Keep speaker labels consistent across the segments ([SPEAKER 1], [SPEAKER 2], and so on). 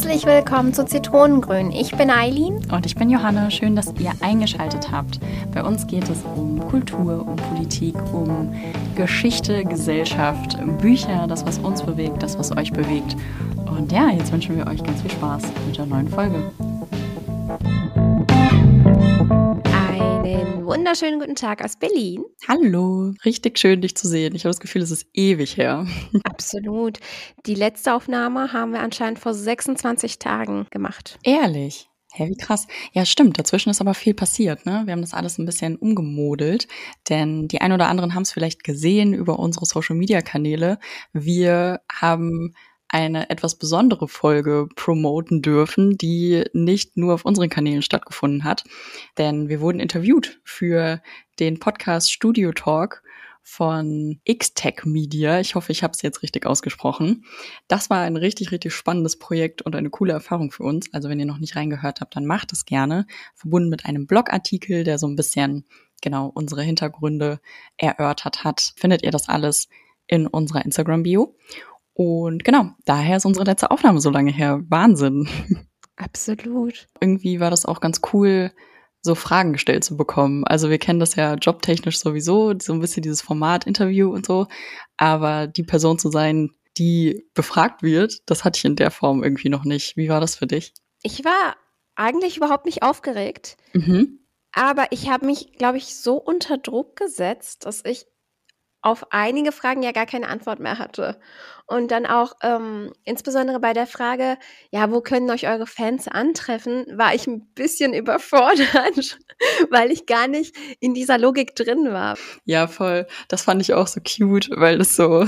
[SPEAKER 1] Herzlich willkommen zu Zitronengrün. Ich bin Eileen.
[SPEAKER 2] Und ich bin Johanna. Schön, dass ihr eingeschaltet habt. Bei uns geht es um Kultur, um Politik, um Geschichte, Gesellschaft, Bücher, das, was uns bewegt, das, was euch bewegt. Und ja, jetzt wünschen wir euch ganz viel Spaß mit der neuen Folge.
[SPEAKER 1] Einen wunderschönen guten Tag aus Berlin.
[SPEAKER 2] Hallo, richtig schön, dich zu sehen. Ich habe das Gefühl, es ist ewig her.
[SPEAKER 1] Absolut. Die letzte Aufnahme haben wir anscheinend vor 26 Tagen gemacht.
[SPEAKER 2] Ehrlich? Hä, wie krass. Ja, stimmt. Dazwischen ist aber viel passiert, ne? Wir haben das alles ein bisschen umgemodelt, denn die ein oder anderen haben es vielleicht gesehen über unsere Social-Media-Kanäle. Wir haben eine etwas besondere Folge promoten dürfen, die nicht nur auf unseren Kanälen stattgefunden hat, denn wir wurden interviewt für den Podcast Studio Talk von X-Tech Media. Ich hoffe, ich habe es jetzt richtig ausgesprochen. Das war ein richtig, richtig spannendes Projekt und eine coole Erfahrung für uns. Also wenn ihr noch nicht reingehört habt, dann macht es gerne. Verbunden mit einem Blogartikel, der so ein bisschen genau unsere Hintergründe erörtert hat, findet ihr das alles in unserer Instagram-Bio. Und genau, daher ist unsere letzte Aufnahme so lange her. Wahnsinn.
[SPEAKER 1] Absolut.
[SPEAKER 2] Irgendwie war das auch ganz cool, so Fragen gestellt zu bekommen. Also wir kennen das ja jobtechnisch sowieso, so ein bisschen dieses Format, Interview und so. Aber die Person zu sein, die befragt wird, das hatte ich in der Form irgendwie noch nicht. Wie war das für dich?
[SPEAKER 1] Ich war eigentlich überhaupt nicht aufgeregt, aber ich habe mich, glaube ich, so unter Druck gesetzt, dass ich auf einige Fragen ja gar keine Antwort mehr hatte. Und dann auch insbesondere bei der Frage, ja, wo können euch eure Fans antreffen, war ich ein bisschen überfordert, weil ich gar nicht in dieser Logik drin war.
[SPEAKER 2] Ja, voll. Das fand ich auch so cute, weil es so,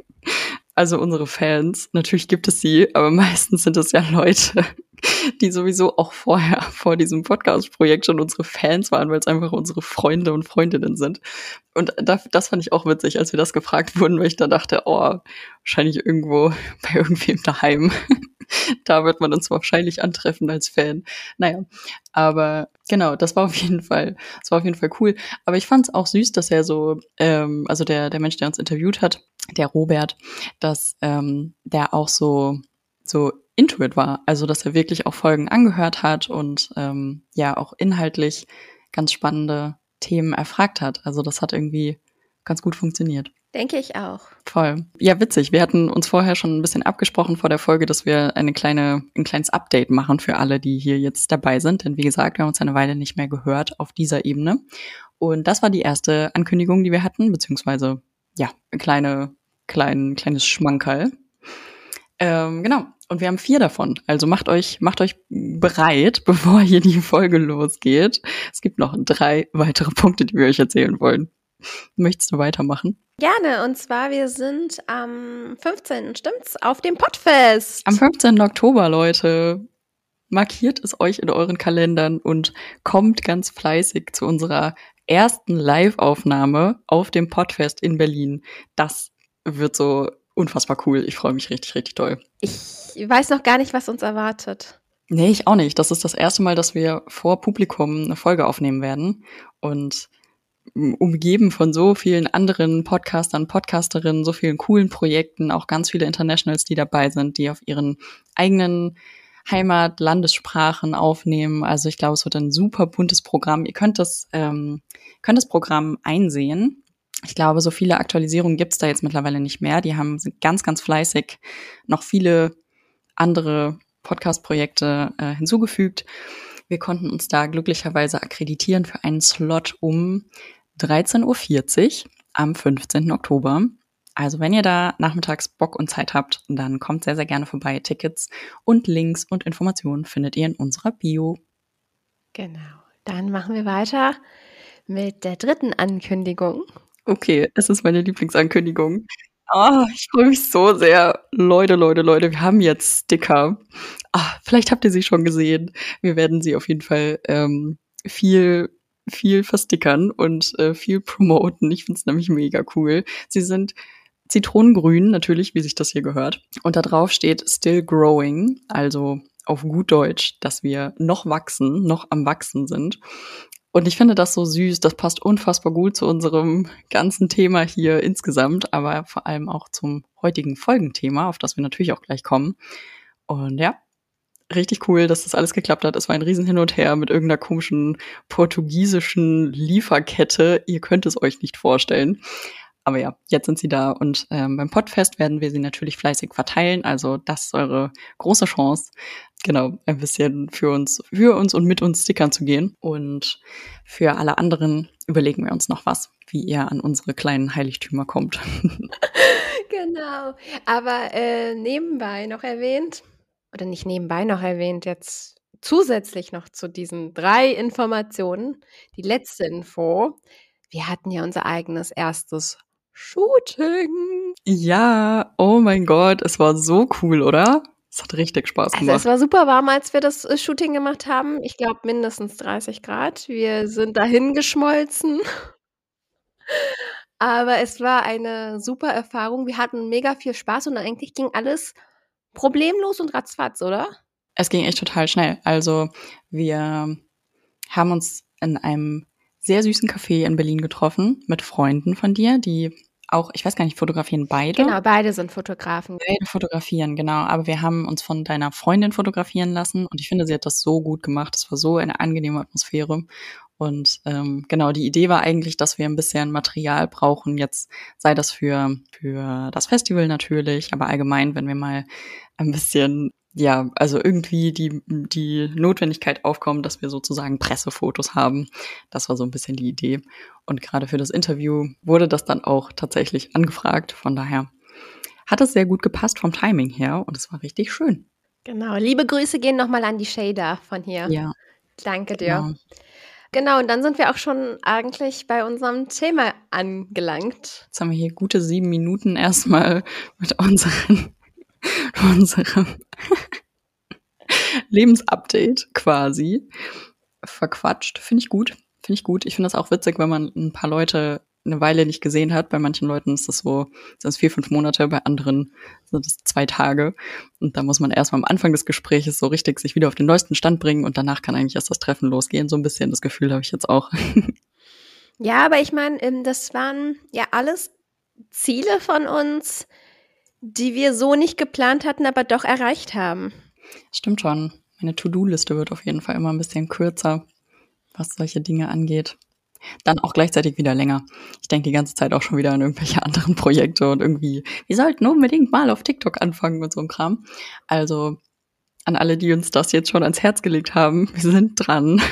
[SPEAKER 2] also unsere Fans, natürlich gibt es sie, aber meistens sind es ja Leute, die sowieso auch vorher, vor diesem Podcast-Projekt schon unsere Fans waren, weil es einfach unsere Freunde und Freundinnen sind. Und das fand ich auch witzig, als wir das gefragt wurden, weil ich da dachte, oh, wahrscheinlich irgendwo bei irgendwem daheim. Da wird man uns wahrscheinlich antreffen als Fan. Naja, aber genau, das war auf jeden Fall cool. Aber ich fand es auch süß, dass er so, also der Mensch, der uns interviewt hat, der Robert, dass der auch so into it war. Also, dass er wirklich auch Folgen angehört hat und ja auch inhaltlich ganz spannende Themen erfragt hat. Also, das hat irgendwie ganz gut funktioniert.
[SPEAKER 1] Denke ich auch.
[SPEAKER 2] Voll. Ja, witzig. Wir hatten uns vorher schon ein bisschen abgesprochen vor der Folge, dass wir ein kleines Update machen für alle, die hier jetzt dabei sind. Denn wie gesagt, wir haben uns eine Weile nicht mehr gehört auf dieser Ebene. Und das war die erste Ankündigung, die wir hatten, beziehungsweise ja, ein kleines Schmankerl. Genau. Und wir haben 4 davon. Also macht euch bereit, bevor hier die Folge losgeht. Es gibt noch 3 weitere Punkte, die wir euch erzählen wollen. Möchtest du weitermachen?
[SPEAKER 1] Gerne. Und zwar, wir sind am 15., stimmt's? Auf dem Podfest.
[SPEAKER 2] Am 15. Oktober, Leute. Markiert es euch in euren Kalendern und kommt ganz fleißig zu unserer ersten Live-Aufnahme auf dem Podfest in Berlin. Das wird so unfassbar cool. Ich freue mich richtig, richtig doll.
[SPEAKER 1] Ich weiß noch gar nicht, was uns erwartet.
[SPEAKER 2] Nee, ich auch nicht. Das ist das erste Mal, dass wir vor Publikum eine Folge aufnehmen werden. Und umgeben von so vielen anderen Podcastern, Podcasterinnen, so vielen coolen Projekten, auch ganz viele Internationals, die dabei sind, die auf ihren eigenen Landessprachen aufnehmen. Also ich glaube, es wird ein super buntes Programm. Ihr könnt das Programm einsehen. Ich glaube, so viele Aktualisierungen gibt's da jetzt mittlerweile nicht mehr. Die sind ganz, ganz fleißig noch viele andere Podcast-Projekte hinzugefügt. Wir konnten uns da glücklicherweise akkreditieren für einen Slot um 13.40 Uhr am 15. Oktober. Also wenn ihr da nachmittags Bock und Zeit habt, dann kommt sehr, sehr gerne vorbei. Tickets und Links und Informationen findet ihr in unserer Bio.
[SPEAKER 1] Genau. Dann machen wir weiter mit der 3. Ankündigung.
[SPEAKER 2] Okay, es ist meine Lieblingsankündigung. Oh, ich freue mich so sehr. Leute, wir haben jetzt Sticker. Vielleicht habt ihr sie schon gesehen. Wir werden sie auf jeden Fall viel verstickern und viel promoten. Ich finde es nämlich mega cool. Sie sind zitronengrün, natürlich, wie sich das hier gehört. Und da drauf steht Still Growing, also auf gut Deutsch, dass wir noch am Wachsen sind. Und ich finde das so süß, das passt unfassbar gut zu unserem ganzen Thema hier insgesamt, aber vor allem auch zum heutigen Folgenthema, auf das wir natürlich auch gleich kommen. Und ja, richtig cool, dass das alles geklappt hat. Es war ein riesen Hin und Her mit irgendeiner komischen portugiesischen Lieferkette. Ihr könnt es euch nicht vorstellen. Aber ja, jetzt sind sie da und beim Podfest werden wir sie natürlich fleißig verteilen. Also das ist eure große Chance, genau, ein bisschen für uns und mit uns stickern zu gehen. Und für alle anderen überlegen wir uns noch was, wie ihr an unsere kleinen Heiligtümer kommt.
[SPEAKER 1] Genau. Aber nebenbei noch erwähnt, oder nicht nebenbei noch erwähnt, jetzt zusätzlich noch zu diesen 3 Informationen, die letzte Info, wir hatten ja unser eigenes erstes Shooting.
[SPEAKER 2] Ja, oh mein Gott, es war so cool, oder? Es hat richtig Spaß gemacht.
[SPEAKER 1] Also es war super warm, als wir das Shooting gemacht haben. Ich glaube mindestens 30 Grad. Wir sind dahin geschmolzen. Aber es war eine super Erfahrung. Wir hatten mega viel Spaß und eigentlich ging alles problemlos und ratzfatz, oder?
[SPEAKER 2] Es ging echt total schnell. Also wir haben uns in einem sehr süßen Café in Berlin getroffen mit Freunden von dir, die auch, ich weiß gar nicht, fotografieren beide?
[SPEAKER 1] Genau, beide sind Fotografen.
[SPEAKER 2] Beide fotografieren, genau. Aber wir haben uns von deiner Freundin fotografieren lassen und ich finde, sie hat das so gut gemacht. Es war so eine angenehme Atmosphäre. Und genau, die Idee war eigentlich, dass wir ein bisschen Material brauchen. Jetzt sei das für das Festival natürlich, aber allgemein, wenn wir mal ein bisschen, ja, also irgendwie die Notwendigkeit aufkommt, dass wir sozusagen Pressefotos haben. Das war so ein bisschen die Idee. Und gerade für das Interview wurde das dann auch tatsächlich angefragt. Von daher hat es sehr gut gepasst vom Timing her und es war richtig schön.
[SPEAKER 1] Genau, liebe Grüße gehen nochmal an die Shader von hier.
[SPEAKER 2] Ja.
[SPEAKER 1] Danke dir. Genau, und dann sind wir auch schon eigentlich bei unserem Thema angelangt.
[SPEAKER 2] Jetzt haben wir hier gute 7 Minuten erstmal mit unserem Lebensupdate quasi verquatscht. Finde ich gut. Ich finde das auch witzig, wenn man ein paar Leute eine Weile nicht gesehen hat. Bei manchen Leuten ist das so, sind es 4, 5 Monate, bei anderen sind es 2 Tage. Und da muss man erstmal am Anfang des Gesprächs so richtig sich wieder auf den neuesten Stand bringen und danach kann eigentlich erst das Treffen losgehen. So ein bisschen das Gefühl habe ich jetzt auch.
[SPEAKER 1] Ja, aber ich meine, das waren ja alles Ziele von uns, die wir so nicht geplant hatten, aber doch erreicht haben.
[SPEAKER 2] Stimmt schon. Meine To-Do-Liste wird auf jeden Fall immer ein bisschen kürzer, was solche Dinge angeht. Dann auch gleichzeitig wieder länger. Ich denke die ganze Zeit auch schon wieder an irgendwelche anderen Projekte und irgendwie, wir sollten unbedingt mal auf TikTok anfangen und so ein Kram. Also an alle, die uns das jetzt schon ans Herz gelegt haben, wir sind dran.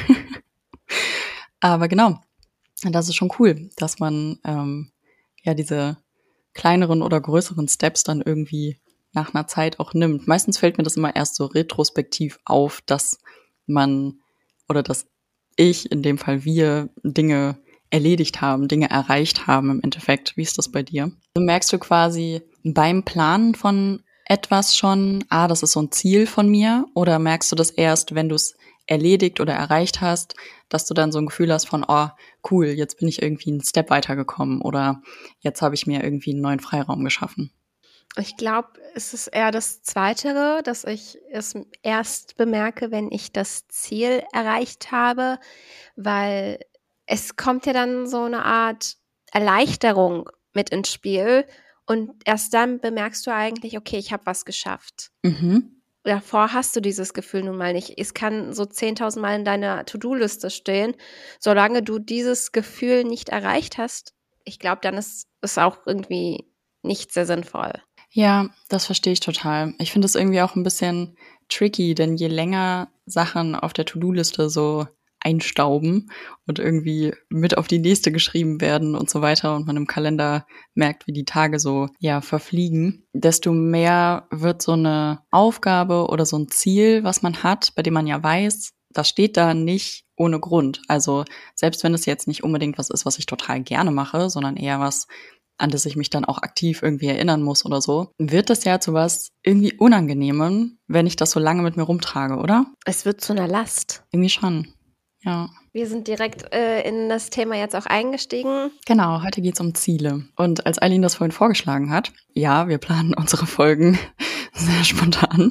[SPEAKER 2] Aber genau, das ist schon cool, dass man ja diese kleineren oder größeren Steps dann irgendwie nach einer Zeit auch nimmt. Meistens fällt mir das immer erst so retrospektiv auf, dass man oder dass ich, in dem Fall wir, Dinge erledigt haben, Dinge erreicht haben im Endeffekt. Wie ist das bei dir? Merkst du quasi beim Planen von etwas schon, das ist so ein Ziel von mir? Oder merkst du das erst, wenn du es erledigt oder erreicht hast, dass du dann so ein Gefühl hast von, cool, jetzt bin ich irgendwie einen Step weitergekommen oder jetzt habe ich mir irgendwie einen neuen Freiraum geschaffen?
[SPEAKER 1] Ich glaube, es ist eher das Zweitere, dass ich es erst bemerke, wenn ich das Ziel erreicht habe, weil es kommt ja dann so eine Art Erleichterung mit ins Spiel und erst dann bemerkst du eigentlich, okay, ich habe was geschafft.
[SPEAKER 2] Mhm.
[SPEAKER 1] Davor hast du dieses Gefühl nun mal nicht. Es kann so 10.000 Mal in deiner To-Do-Liste stehen. Solange du dieses Gefühl nicht erreicht hast, ich glaube, dann ist es auch irgendwie nicht sehr sinnvoll.
[SPEAKER 2] Ja, das verstehe ich total. Ich finde es irgendwie auch ein bisschen tricky, denn je länger Sachen auf der To-Do-Liste so einstauben und irgendwie mit auf die nächste geschrieben werden und so weiter und man im Kalender merkt, wie die Tage so verfliegen, desto mehr wird so eine Aufgabe oder so ein Ziel, was man hat, bei dem man ja weiß, das steht da nicht ohne Grund. Also selbst wenn es jetzt nicht unbedingt was ist, was ich total gerne mache, sondern eher was, an das ich mich dann auch aktiv irgendwie erinnern muss oder so, wird das ja zu was irgendwie Unangenehmem, wenn ich das so lange mit mir rumtrage, oder?
[SPEAKER 1] Es wird zu einer Last.
[SPEAKER 2] Irgendwie schon, ja.
[SPEAKER 1] Wir sind direkt in das Thema jetzt auch eingestiegen.
[SPEAKER 2] Genau, heute geht's um Ziele. Und als Eileen das vorhin vorgeschlagen hat, ja, wir planen unsere Folgen sehr spontan,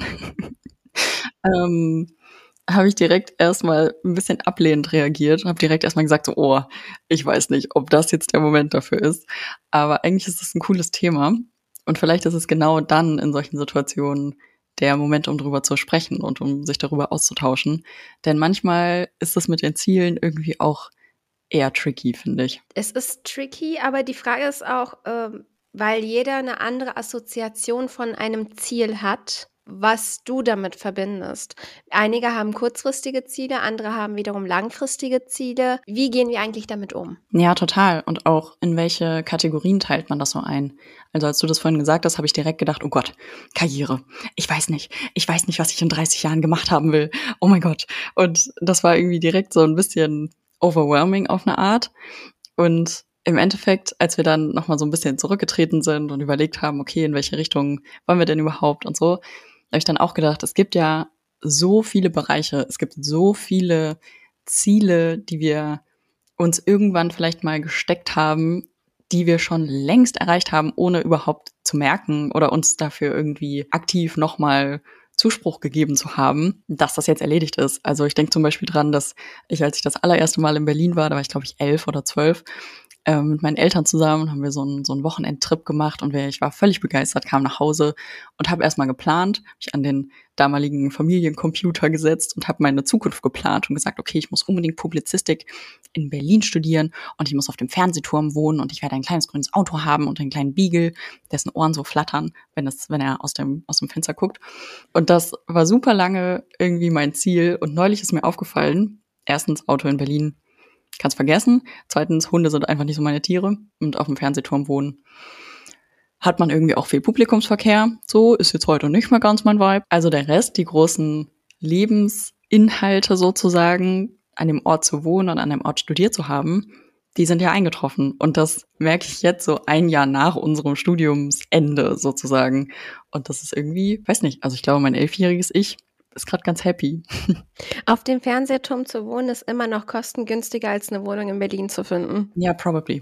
[SPEAKER 2] habe ich direkt erstmal ein bisschen ablehnend reagiert und habe direkt erstmal gesagt, so, ich weiß nicht, ob das jetzt der Moment dafür ist. Aber eigentlich ist es ein cooles Thema. Und vielleicht ist es genau dann in solchen Situationen der Moment, um drüber zu sprechen und um sich darüber auszutauschen. Denn manchmal ist das mit den Zielen irgendwie auch eher tricky, finde ich.
[SPEAKER 1] Es ist tricky, aber die Frage ist auch, weil jeder eine andere Assoziation von einem Ziel hat, was du damit verbindest. Einige haben kurzfristige Ziele, andere haben wiederum langfristige Ziele. Wie gehen wir eigentlich damit um?
[SPEAKER 2] Ja, total. Und auch in welche Kategorien teilt man das so ein? Also als du das vorhin gesagt hast, habe ich direkt gedacht, oh Gott, Karriere. Ich weiß nicht, was ich in 30 Jahren gemacht haben will. Oh mein Gott. Und das war irgendwie direkt so ein bisschen overwhelming auf eine Art. Und im Endeffekt, als wir dann nochmal so ein bisschen zurückgetreten sind und überlegt haben, okay, in welche Richtung wollen wir denn überhaupt und so, habe ich dann auch gedacht, es gibt ja so viele Bereiche, es gibt so viele Ziele, die wir uns irgendwann vielleicht mal gesteckt haben, die wir schon längst erreicht haben, ohne überhaupt zu merken oder uns dafür irgendwie aktiv nochmal Zuspruch gegeben zu haben, dass das jetzt erledigt ist. Also ich denke zum Beispiel dran, dass als ich das allererste Mal in Berlin war, da war ich glaube ich 11 oder 12, mit meinen Eltern zusammen haben wir so einen Wochenendtrip gemacht und ich war völlig begeistert, kam nach Hause und habe erstmal geplant, mich an den damaligen Familiencomputer gesetzt und habe meine Zukunft geplant und gesagt, okay, ich muss unbedingt Publizistik in Berlin studieren und ich muss auf dem Fernsehturm wohnen und ich werde ein kleines grünes Auto haben und einen kleinen Beagle, dessen Ohren so flattern, wenn er aus dem Fenster guckt. Und das war super lange irgendwie mein Ziel und neulich ist mir aufgefallen, erstens Auto in Berlin, kannst vergessen. Zweitens, Hunde sind einfach nicht so meine Tiere. Und auf dem Fernsehturm wohnen hat man irgendwie auch viel Publikumsverkehr. So ist jetzt heute nicht mehr ganz mein Vibe. Also der Rest, die großen Lebensinhalte sozusagen, an dem Ort zu wohnen und an dem Ort studiert zu haben, die sind ja eingetroffen. Und das merke ich jetzt so ein Jahr nach unserem Studiumsende sozusagen. Und das ist irgendwie, weiß nicht, also ich glaube, mein 11-jähriges Ich ist gerade ganz happy.
[SPEAKER 1] Auf dem Fernsehturm zu wohnen ist immer noch kostengünstiger als eine Wohnung in Berlin zu finden.
[SPEAKER 2] Ja, probably.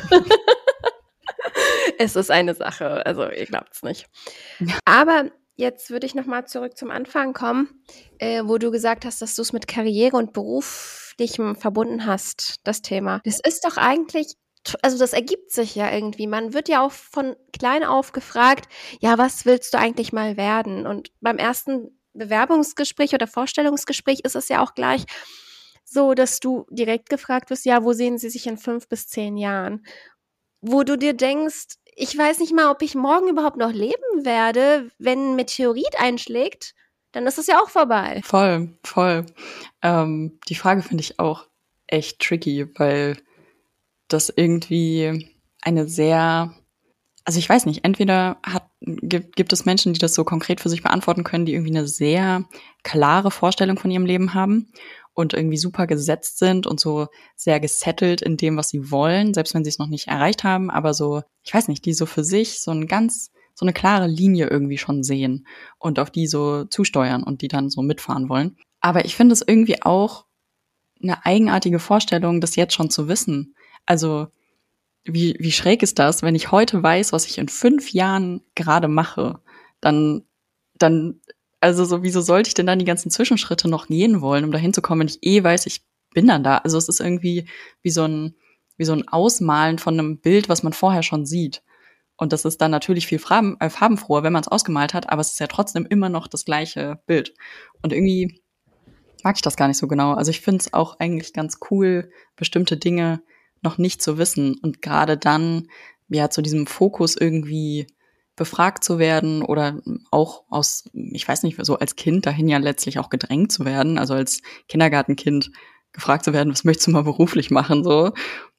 [SPEAKER 1] Es ist eine Sache, also ihr glaubt es nicht. Aber jetzt würde ich nochmal zurück zum Anfang kommen, wo du gesagt hast, dass du es mit Karriere und Beruflichem verbunden hast, das Thema. Das ist doch eigentlich, also das ergibt sich ja irgendwie. Man wird ja auch von klein auf gefragt, ja, was willst du eigentlich mal werden? Und beim ersten Bewerbungsgespräch oder Vorstellungsgespräch ist es ja auch gleich so, dass du direkt gefragt wirst, ja, wo sehen Sie sich in 5 bis 10 Jahren? Wo du dir denkst, ich weiß nicht mal, ob ich morgen überhaupt noch leben werde. Wenn ein Meteorit einschlägt, dann ist es ja auch vorbei.
[SPEAKER 2] Voll. Die Frage finde ich auch echt tricky, weil das irgendwie eine sehr, also ich weiß nicht, entweder gibt es Menschen, die das so konkret für sich beantworten können, die irgendwie eine sehr klare Vorstellung von ihrem Leben haben und irgendwie super gesetzt sind und so sehr gesettelt in dem, was sie wollen, selbst wenn sie es noch nicht erreicht haben, aber so, ich weiß nicht, die so für sich so eine klare Linie irgendwie schon sehen und auf die so zusteuern und die dann so mitfahren wollen. Aber ich finde es irgendwie auch eine eigenartige Vorstellung, das jetzt schon zu wissen. Also wie schräg ist das, wenn ich heute weiß, was ich in 5 Jahren gerade mache, dann, also so, wieso sollte ich denn dann die ganzen Zwischenschritte noch gehen wollen, um dahin zu kommen, wenn ich weiß, ich bin dann da. Also es ist irgendwie wie so ein Ausmalen von einem Bild, was man vorher schon sieht. Und das ist dann natürlich viel farbenfroher, wenn man es ausgemalt hat, aber es ist ja trotzdem immer noch das gleiche Bild. Und irgendwie mag ich das gar nicht so genau. Also ich finde es auch eigentlich ganz cool, bestimmte Dinge noch nicht zu wissen und gerade dann ja zu diesem Fokus irgendwie befragt zu werden oder auch aus, ich weiß nicht, so als Kind dahin ja letztlich auch gedrängt zu werden, also als Kindergartenkind gefragt zu werden, was möchtest du mal beruflich machen, so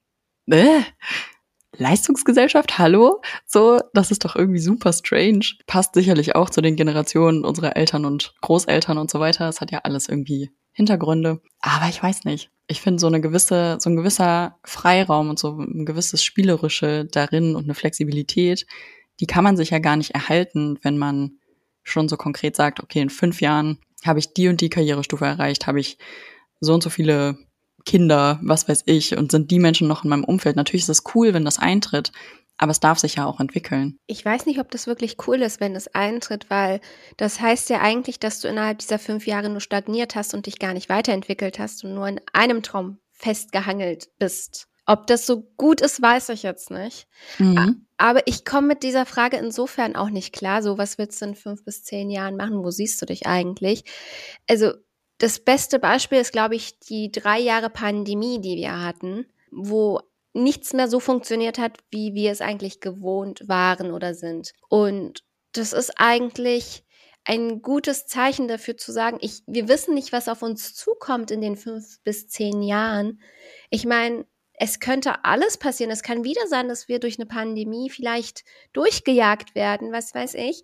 [SPEAKER 2] Leistungsgesellschaft, hallo? So, das ist doch irgendwie super strange. Passt sicherlich auch zu den Generationen unserer Eltern und Großeltern und so weiter. Es hat ja alles irgendwie Hintergründe. Aber ich weiß nicht. Ich finde so ein gewisser Freiraum und so ein gewisses Spielerische darin und eine Flexibilität, die kann man sich ja gar nicht erhalten, wenn man schon so konkret sagt, okay, in 5 Jahren habe ich die und die Karrierestufe erreicht, habe ich so und so viele Kinder, was weiß ich, und sind die Menschen noch in meinem Umfeld. Natürlich ist es cool, wenn das eintritt, aber es darf sich ja auch entwickeln.
[SPEAKER 1] Ich weiß nicht, ob das wirklich cool ist, wenn es eintritt, weil das heißt ja eigentlich, dass du innerhalb dieser 5 Jahre nur stagniert hast und dich gar nicht weiterentwickelt hast und nur in einem Traum festgehangelt bist. Ob das so gut ist, weiß ich jetzt nicht. Aber ich komme mit dieser Frage insofern auch nicht klar. So, was willst du in 5 bis 10 Jahren machen? Wo siehst du dich eigentlich? Also, das beste Beispiel ist, glaube ich, die 3 Jahre Pandemie, die wir hatten, wo nichts mehr so funktioniert hat, wie wir es eigentlich gewohnt waren oder sind. Und das ist eigentlich ein gutes Zeichen dafür zu sagen, wir wissen nicht, was auf uns zukommt in den 5 bis 10 Jahren. Ich meine, es könnte alles passieren. Es kann wieder sein, dass wir durch eine Pandemie vielleicht durchgejagt werden, was weiß ich.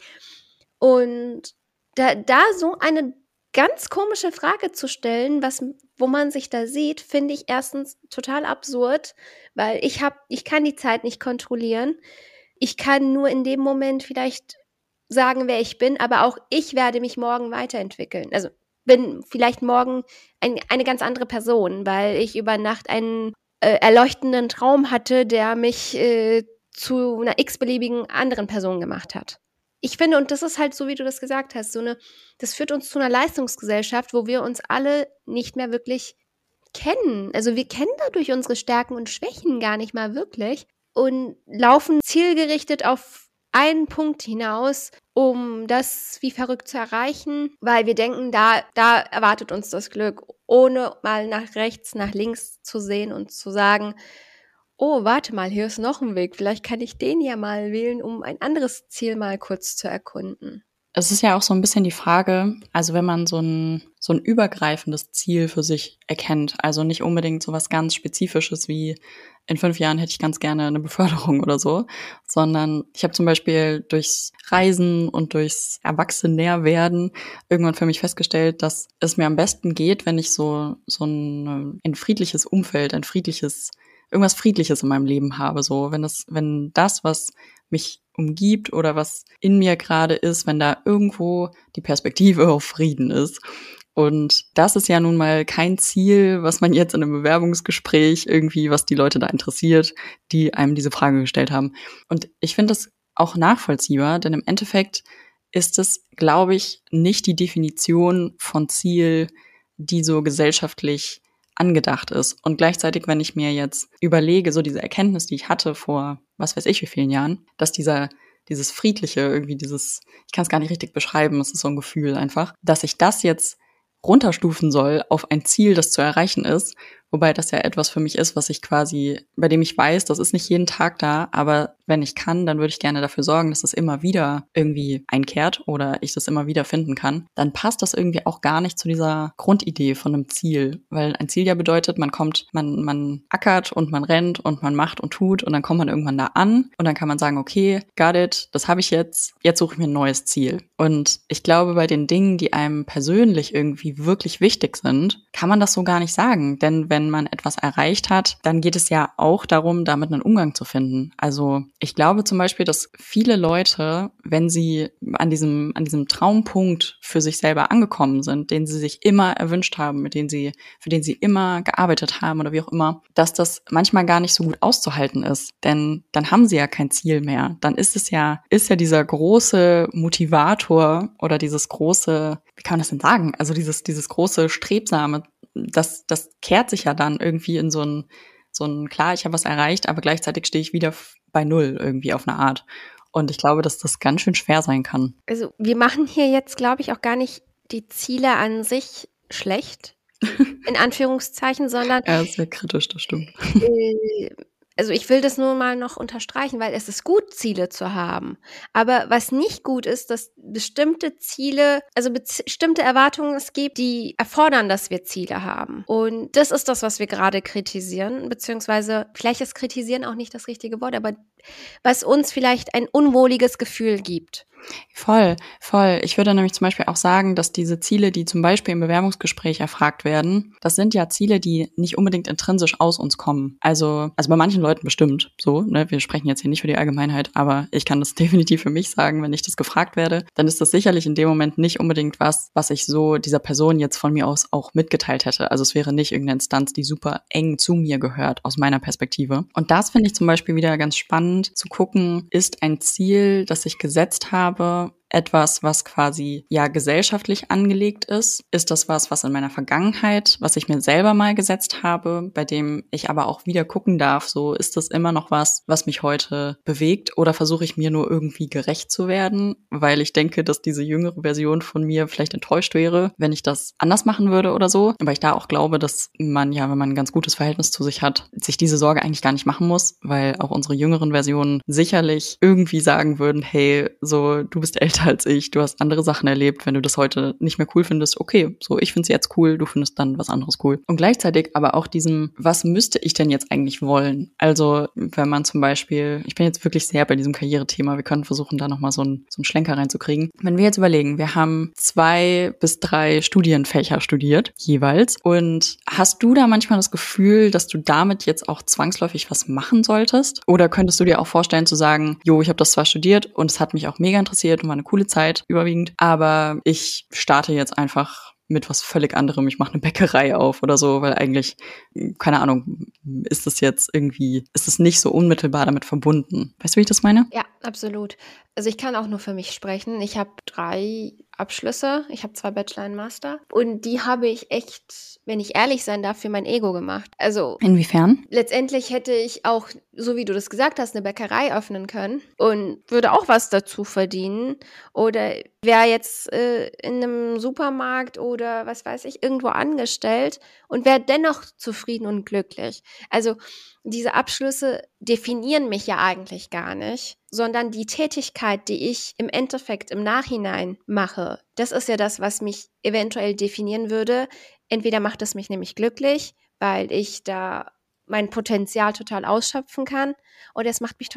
[SPEAKER 1] Und da so eine ganz komische Frage zu stellen, wo man sich da sieht, finde ich erstens total absurd, weil ich kann die Zeit nicht kontrollieren. Ich kann nur in dem Moment vielleicht sagen, wer ich bin, aber auch ich werde mich morgen weiterentwickeln. Also bin vielleicht morgen eine ganz andere Person, weil ich über Nacht einen erleuchtenden Traum hatte, der mich zu einer x-beliebigen anderen Person gemacht hat. Ich finde, und das ist halt so, wie du das gesagt hast, das führt uns zu einer Leistungsgesellschaft, wo wir uns alle nicht mehr wirklich kennen. Also wir kennen dadurch unsere Stärken und Schwächen gar nicht mal wirklich und laufen zielgerichtet auf einen Punkt hinaus, um das wie verrückt zu erreichen, weil wir denken, da erwartet uns das Glück, ohne mal nach rechts, nach links zu sehen und zu sagen, oh, warte mal, hier ist noch ein Weg, vielleicht kann ich den ja mal wählen, um ein anderes Ziel mal kurz zu erkunden.
[SPEAKER 2] Es ist ja auch so ein bisschen die Frage, also wenn man so ein übergreifendes Ziel für sich erkennt, also nicht unbedingt so was ganz Spezifisches wie in 5 Jahren hätte ich ganz gerne eine Beförderung oder so, sondern ich habe zum Beispiel durchs Reisen und durchs Erwachsenerwerden irgendwann für mich festgestellt, dass es mir am besten geht, wenn ich so ein friedliches Umfeld, irgendwas Friedliches in meinem Leben habe, so wenn das, was mich umgibt oder was in mir gerade ist, wenn da irgendwo die Perspektive auf Frieden ist. Und das ist ja nun mal kein Ziel, was man jetzt in einem Bewerbungsgespräch irgendwie, was die Leute da interessiert, die einem diese Frage gestellt haben. Und ich finde das auch nachvollziehbar, denn im Endeffekt ist es, glaube ich, nicht die Definition von Ziel, die so gesellschaftlich angedacht ist. Und gleichzeitig, wenn ich mir jetzt überlege, so diese Erkenntnis, die ich hatte vor, was weiß ich wie vielen Jahren, dass dieses Friedliche, irgendwie ich kann es gar nicht richtig beschreiben, es ist so ein Gefühl einfach, dass ich das jetzt runterstufen soll auf ein Ziel, das zu erreichen ist, wobei das ja etwas für mich ist, bei dem ich weiß, das ist nicht jeden Tag da, aber wenn ich kann, dann würde ich gerne dafür sorgen, dass es immer wieder irgendwie einkehrt oder ich das immer wieder finden kann, dann passt das irgendwie auch gar nicht zu dieser Grundidee von einem Ziel, weil ein Ziel ja bedeutet, man ackert und man rennt und man macht und tut und dann kommt man irgendwann da an und dann kann man sagen, okay, got it, das habe ich jetzt suche ich mir ein neues Ziel. Und ich glaube, bei den Dingen, die einem persönlich irgendwie wirklich wichtig sind, kann man das so gar nicht sagen, denn wenn man etwas erreicht hat, dann geht es ja auch darum, damit einen Umgang zu finden. Also ich glaube zum Beispiel, dass viele Leute, wenn sie an diesem Traumpunkt für sich selber angekommen sind, den sie sich immer erwünscht haben, für den sie immer gearbeitet haben oder wie auch immer, dass das manchmal gar nicht so gut auszuhalten ist. Denn dann haben sie ja kein Ziel mehr. Dann ist ja dieser große Motivator oder dieses große, wie kann man das denn sagen? Also dieses große Strebsame, das kehrt sich ja dann irgendwie in so ein klar, ich habe was erreicht, aber gleichzeitig stehe ich wieder bei Null irgendwie auf eine Art. Und ich glaube, dass das ganz schön schwer sein kann.
[SPEAKER 1] Also wir machen hier jetzt, glaube ich, auch gar nicht die Ziele an sich schlecht, in Anführungszeichen, sondern
[SPEAKER 2] ja, sehr kritisch, das stimmt.
[SPEAKER 1] Also ich will das nur mal noch unterstreichen, weil es ist gut, Ziele zu haben. Aber was nicht gut ist, dass bestimmte Ziele, also bestimmte Erwartungen es gibt, die erfordern, dass wir Ziele haben. Und das ist das, was wir gerade kritisieren, beziehungsweise vielleicht ist kritisieren auch nicht das richtige Wort, aber was uns vielleicht ein unwohliges Gefühl gibt.
[SPEAKER 2] Voll. Ich würde nämlich zum Beispiel auch sagen, dass diese Ziele, die zum Beispiel im Bewerbungsgespräch erfragt werden, das sind ja Ziele, die nicht unbedingt intrinsisch aus uns kommen. Also bei manchen Leuten bestimmt so, ne? Wir sprechen jetzt hier nicht für die Allgemeinheit, aber ich kann das definitiv für mich sagen, wenn ich das gefragt werde, dann ist das sicherlich in dem Moment nicht unbedingt was ich so dieser Person jetzt von mir aus auch mitgeteilt hätte. Also es wäre nicht irgendeine Instanz, die super eng zu mir gehört, aus meiner Perspektive. Und das finde ich zum Beispiel wieder ganz spannend zu gucken, ist ein Ziel, das ich gesetzt habe, etwas, was quasi ja gesellschaftlich angelegt ist? Ist das was in meiner Vergangenheit, was ich mir selber mal gesetzt habe, bei dem ich aber auch wieder gucken darf, so ist das immer noch was mich heute bewegt, oder versuche ich mir nur irgendwie gerecht zu werden, weil ich denke, dass diese jüngere Version von mir vielleicht enttäuscht wäre, wenn ich das anders machen würde oder so. Aber ich da auch glaube, dass man ja, wenn man ein ganz gutes Verhältnis zu sich hat, sich diese Sorge eigentlich gar nicht machen muss, weil auch unsere jüngeren Versionen sicherlich irgendwie sagen würden, hey, so, du bist älter als ich, du hast andere Sachen erlebt, wenn du das heute nicht mehr cool findest, okay, so, ich finde es jetzt cool, du findest dann was anderes cool. Und gleichzeitig aber auch diesem, was müsste ich denn jetzt eigentlich wollen? Also, wenn man zum Beispiel, ich bin jetzt wirklich sehr bei diesem Karrierethema, wir können versuchen, da nochmal so einen Schlenker reinzukriegen. Wenn wir jetzt überlegen, wir haben 2 bis 3 Studienfächer studiert, jeweils, und hast du da manchmal das Gefühl, dass du damit jetzt auch zwangsläufig was machen solltest? Oder könntest du dir auch vorstellen zu sagen, jo, ich habe das zwar studiert und es hat mich auch mega interessiert und war eine coole Zeit überwiegend, aber ich starte jetzt einfach mit was völlig anderem. Ich mache eine Bäckerei auf oder so, weil eigentlich, keine Ahnung, ist es nicht so unmittelbar damit verbunden. Weißt du, wie ich das meine?
[SPEAKER 1] Ja, absolut. Also ich kann auch nur für mich sprechen. Ich habe 3 Abschlüsse. Ich habe 2 Bachelor und Master. Und die habe ich echt, wenn ich ehrlich sein darf, für mein Ego gemacht. Also
[SPEAKER 2] inwiefern?
[SPEAKER 1] Letztendlich hätte ich auch, so wie du das gesagt hast, eine Bäckerei öffnen können und würde auch was dazu verdienen. Oder wäre jetzt in einem Supermarkt oder was weiß ich, irgendwo angestellt und wäre dennoch zufrieden und glücklich. Also diese Abschlüsse definieren mich ja eigentlich gar nicht, sondern die Tätigkeit, die ich im Endeffekt im Nachhinein mache, das ist ja das, was mich eventuell definieren würde. Entweder macht es mich nämlich glücklich, weil ich da mein Potenzial total ausschöpfen kann, oder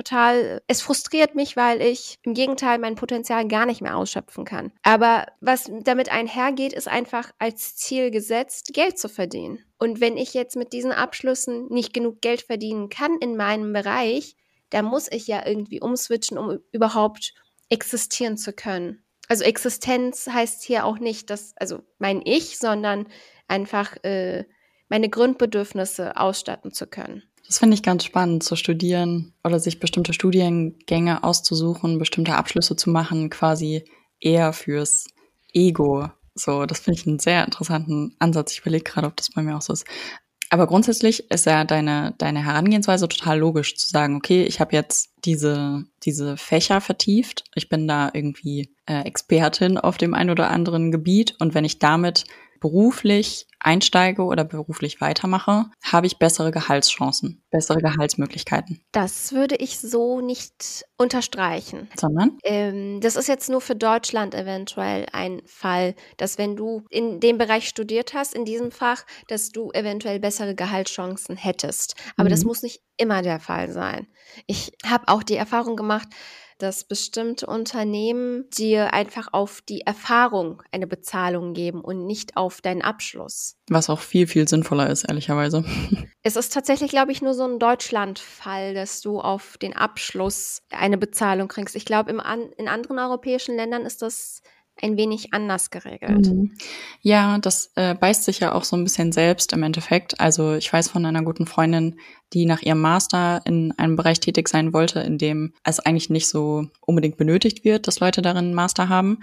[SPEAKER 1] es frustriert mich, weil ich im Gegenteil mein Potenzial gar nicht mehr ausschöpfen kann. Aber was damit einhergeht, ist einfach als Ziel gesetzt, Geld zu verdienen. Und wenn ich jetzt mit diesen Abschlüssen nicht genug Geld verdienen kann in meinem Bereich, dann muss ich ja irgendwie umswitchen, um überhaupt existieren zu können. Also Existenz heißt hier auch nicht, mein Ich, sondern einfach meine Grundbedürfnisse ausstatten zu können.
[SPEAKER 2] Das finde ich ganz spannend, zu studieren oder sich bestimmte Studiengänge auszusuchen, bestimmte Abschlüsse zu machen, quasi eher fürs Ego. So, das finde ich einen sehr interessanten Ansatz. Ich überlege gerade, ob das bei mir auch so ist. Aber grundsätzlich ist ja deine Herangehensweise total logisch, zu sagen, okay, ich habe jetzt diese Fächer vertieft, ich bin da irgendwie Expertin auf dem einen oder anderen Gebiet, und wenn ich damit beruflich einsteige oder beruflich weitermache, habe ich bessere Gehaltschancen, bessere Gehaltsmöglichkeiten.
[SPEAKER 1] Das würde ich so nicht unterstreichen.
[SPEAKER 2] Sondern?
[SPEAKER 1] Das ist jetzt nur für Deutschland eventuell ein Fall, dass wenn du in dem Bereich studiert hast, in diesem Fach, dass du eventuell bessere Gehaltschancen hättest. Aber das muss nicht immer der Fall sein. Ich habe auch die Erfahrung gemacht, dass bestimmte Unternehmen dir einfach auf die Erfahrung eine Bezahlung geben und nicht auf deinen Abschluss.
[SPEAKER 2] Was auch viel, viel sinnvoller ist, ehrlicherweise.
[SPEAKER 1] Es ist tatsächlich, glaube ich, nur so ein Deutschland-Fall, dass du auf den Abschluss eine Bezahlung kriegst. Ich glaube, in anderen europäischen Ländern ist das ein wenig anders geregelt.
[SPEAKER 2] Ja, das beißt sich ja auch so ein bisschen selbst im Endeffekt. Also ich weiß von einer guten Freundin, die nach ihrem Master in einem Bereich tätig sein wollte, in dem es eigentlich nicht so unbedingt benötigt wird, dass Leute darin einen Master haben.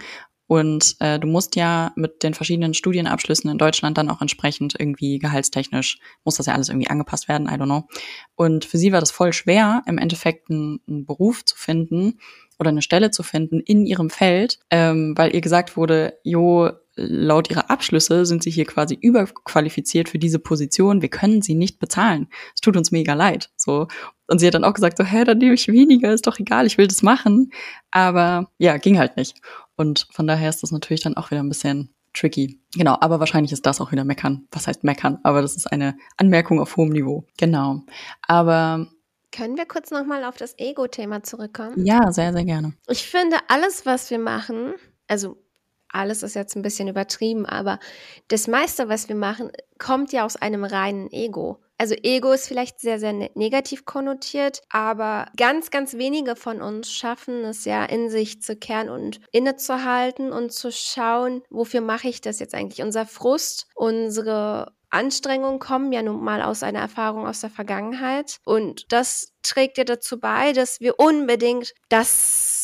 [SPEAKER 2] Und du musst ja mit den verschiedenen Studienabschlüssen in Deutschland dann auch entsprechend irgendwie gehaltstechnisch, muss das ja alles irgendwie angepasst werden, I don't know. Und für sie war das voll schwer, im Endeffekt einen Beruf zu finden oder eine Stelle zu finden in ihrem Feld, weil ihr gesagt wurde, laut ihrer Abschlüsse sind sie hier quasi überqualifiziert für diese Position, wir können sie nicht bezahlen. Es tut uns mega leid. So. Und sie hat dann auch gesagt, so, dann nehme ich weniger, ist doch egal, ich will das machen. Aber ja, ging halt nicht. Und von daher ist das natürlich dann auch wieder ein bisschen tricky. Genau, aber wahrscheinlich ist das auch wieder meckern. Was heißt meckern? Aber das ist eine Anmerkung auf hohem Niveau. Genau. Aber
[SPEAKER 1] können wir kurz nochmal auf das Ego-Thema zurückkommen?
[SPEAKER 2] Ja, sehr, sehr gerne.
[SPEAKER 1] Ich finde, alles, was wir machen, also alles ist jetzt ein bisschen übertrieben, aber das meiste, was wir machen, kommt ja aus einem reinen Ego. Also Ego ist vielleicht sehr, sehr negativ konnotiert, aber ganz, ganz wenige von uns schaffen es ja, in sich zu kehren und innezuhalten und zu schauen, wofür mache ich das jetzt eigentlich? Unser Frust, unsere Anstrengungen kommen ja nun mal aus einer Erfahrung aus der Vergangenheit, und das trägt ja dazu bei, dass wir unbedingt das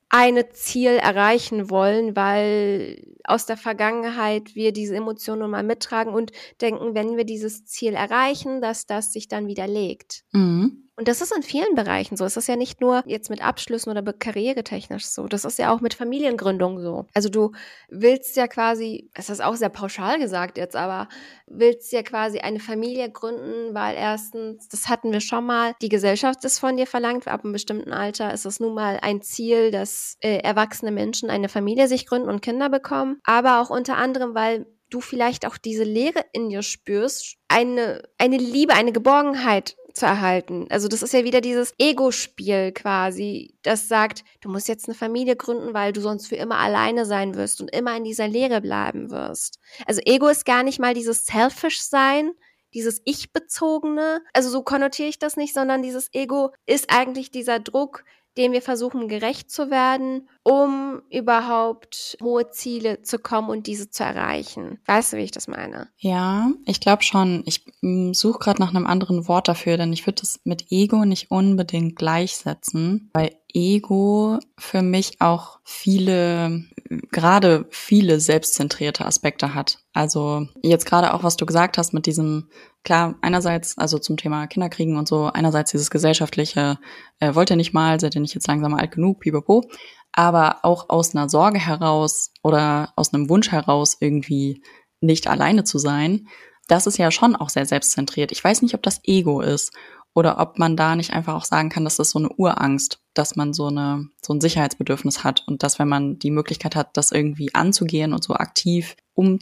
[SPEAKER 1] eine Ziel erreichen wollen, weil aus der Vergangenheit wir diese Emotionen nun mal mittragen und denken, wenn wir dieses Ziel erreichen, dass das sich dann widerlegt.
[SPEAKER 2] Mhm.
[SPEAKER 1] Und das ist in vielen Bereichen so. Es ist ja nicht nur jetzt mit Abschlüssen oder karrieretechnisch so. Das ist ja auch mit Familiengründung so. Also du willst ja quasi, es ist auch sehr pauschal gesagt jetzt, aber willst ja quasi eine Familie gründen, weil erstens, das hatten wir schon mal, die Gesellschaft ist von dir verlangt, ab einem bestimmten Alter ist es nun mal ein Ziel, dass erwachsene Menschen eine Familie sich gründen und Kinder bekommen. Aber auch unter anderem, weil du vielleicht auch diese Leere in dir spürst, eine Liebe, eine Geborgenheit zu erhalten. Also das ist ja wieder dieses Ego-Spiel quasi, das sagt, du musst jetzt eine Familie gründen, weil du sonst für immer alleine sein wirst und immer in dieser Leere bleiben wirst. Also Ego ist gar nicht mal dieses Selfish-Sein, dieses Ich-Bezogene, also so konnotiere ich das nicht, sondern dieses Ego ist eigentlich dieser Druck, dem wir versuchen gerecht zu werden, um überhaupt hohe Ziele zu kommen und diese zu erreichen. Weißt du, wie ich das meine?
[SPEAKER 2] Ja, ich glaube schon. Ich suche gerade nach einem anderen Wort dafür, denn ich würde das mit Ego nicht unbedingt gleichsetzen, weil Ego für mich auch gerade viele selbstzentrierte Aspekte hat. Also jetzt gerade auch, was du gesagt hast mit diesem, klar, einerseits, also zum Thema Kinderkriegen und so, einerseits dieses gesellschaftliche, wollt ihr nicht mal, seid ihr nicht jetzt langsam alt genug, pipapo, aber auch aus einer Sorge heraus oder aus einem Wunsch heraus irgendwie nicht alleine zu sein, das ist ja schon auch sehr selbstzentriert. Ich weiß nicht, ob das Ego ist oder ob man da nicht einfach auch sagen kann, dass das so eine Urangst, dass man so ein Sicherheitsbedürfnis hat und dass, wenn man die Möglichkeit hat, das irgendwie anzugehen und so aktiv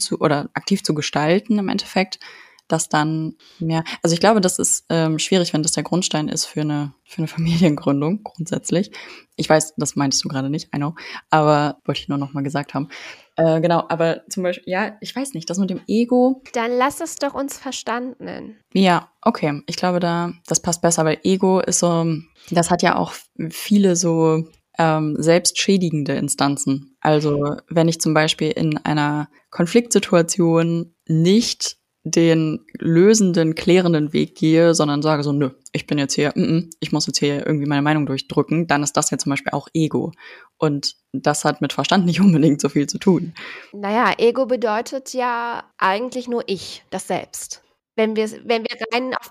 [SPEAKER 2] aktiv zu gestalten im Endeffekt, dass dann mehr, also ich glaube, das ist schwierig, wenn das der Grundstein ist für eine Familiengründung grundsätzlich. Ich weiß, das meintest du gerade nicht, I know, aber wollte ich nur noch mal gesagt haben. Genau, aber zum Beispiel, ja, ich weiß nicht, das mit dem Ego.
[SPEAKER 1] Dann lass es doch uns Verstand nennen.
[SPEAKER 2] Ja, okay, ich glaube, das passt besser, weil Ego ist so, das hat ja auch viele so selbstschädigende Instanzen. Also wenn ich zum Beispiel in einer Konfliktsituation nicht den lösenden, klärenden Weg gehe, sondern sage so, nö, ich bin jetzt hier, ich muss jetzt hier irgendwie meine Meinung durchdrücken, dann ist das ja zum Beispiel auch Ego. Und das hat mit Verstand nicht unbedingt so viel zu tun.
[SPEAKER 1] Naja, Ego bedeutet ja eigentlich nur ich, das Selbst. Wenn wir rein auf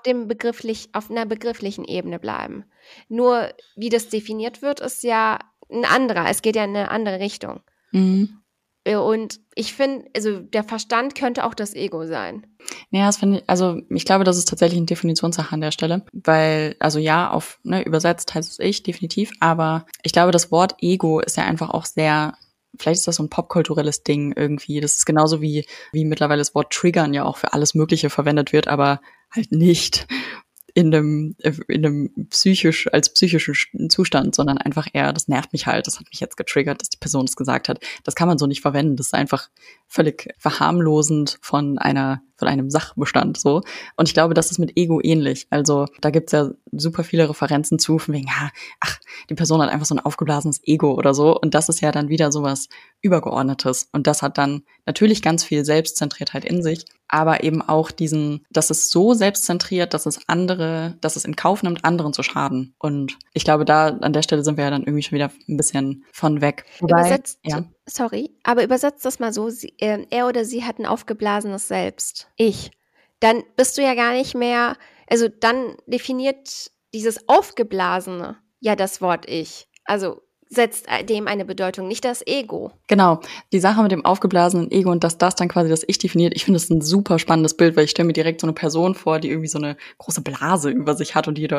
[SPEAKER 1] einer begrifflichen Ebene bleiben. Nur wie das definiert wird, ist ja ein anderer. Es geht ja in eine andere Richtung.
[SPEAKER 2] Mhm.
[SPEAKER 1] Und ich finde, also der Verstand könnte auch das Ego sein.
[SPEAKER 2] Ja, das finde ich, also ich glaube, das ist tatsächlich eine Definitionssache an der Stelle, weil, also ja, auf, übersetzt heißt es ich, definitiv, aber ich glaube, das Wort Ego ist ja einfach auch sehr, vielleicht ist das so ein popkulturelles Ding irgendwie, das ist genauso wie mittlerweile das Wort Triggern ja auch für alles Mögliche verwendet wird, aber halt nicht in einem psychischen Zustand, sondern einfach eher, das nervt mich halt, das hat mich jetzt getriggert, dass die Person das gesagt hat. Das kann man so nicht verwenden, das ist einfach völlig verharmlosend von einem Sachbestand so. Und ich glaube, das ist mit Ego ähnlich. Also da gibt's ja super viele Referenzen zu, von wegen, die Person hat einfach so ein aufgeblasenes Ego oder so. Und das ist ja dann wieder sowas Übergeordnetes. Und das hat dann natürlich ganz viel Selbstzentriertheit in sich, aber eben auch dass es so selbstzentriert, dass es in Kauf nimmt, anderen zu schaden. Und ich glaube, da an der Stelle sind wir ja dann irgendwie schon wieder ein bisschen von weg.
[SPEAKER 1] Übersetzt das mal so, er oder sie hat ein aufgeblasenes Selbst. Ich. Dann bist du ja gar nicht mehr, also dann definiert dieses Aufgeblasene ja das Wort Ich. Also setzt dem eine Bedeutung, nicht das Ego.
[SPEAKER 2] Genau, die Sache mit dem aufgeblasenen Ego und dass das dann quasi das Ich definiert, ich finde das ein super spannendes Bild, weil ich stelle mir direkt so eine Person vor, die irgendwie so eine große Blase über sich hat und die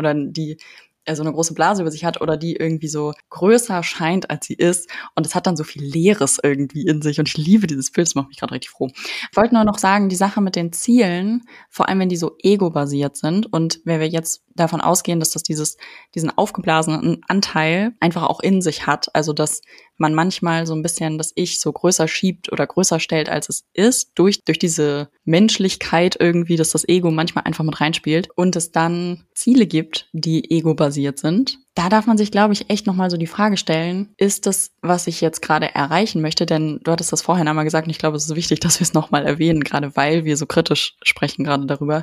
[SPEAKER 2] so eine große Blase über sich hat oder die irgendwie so größer scheint, als sie ist. Und es hat dann so viel Leeres irgendwie in sich. Und ich liebe dieses Bild, das macht mich gerade richtig froh. Ich wollte nur noch sagen, die Sache mit den Zielen, vor allem wenn die so ego-basiert sind und wenn wir jetzt davon ausgehen, dass das diesen aufgeblasenen Anteil einfach auch in sich hat, also dass man manchmal so ein bisschen das Ich so größer schiebt oder größer stellt, als es ist, durch diese Menschlichkeit irgendwie, dass das Ego manchmal einfach mit reinspielt und es dann Ziele gibt, die ego-basiert sind. Da darf man sich, glaube ich, echt nochmal so die Frage stellen, ist das, was ich jetzt gerade erreichen möchte? Denn du hattest das vorhin einmal gesagt und ich glaube, es ist wichtig, dass wir es nochmal erwähnen, gerade weil wir so kritisch sprechen gerade darüber.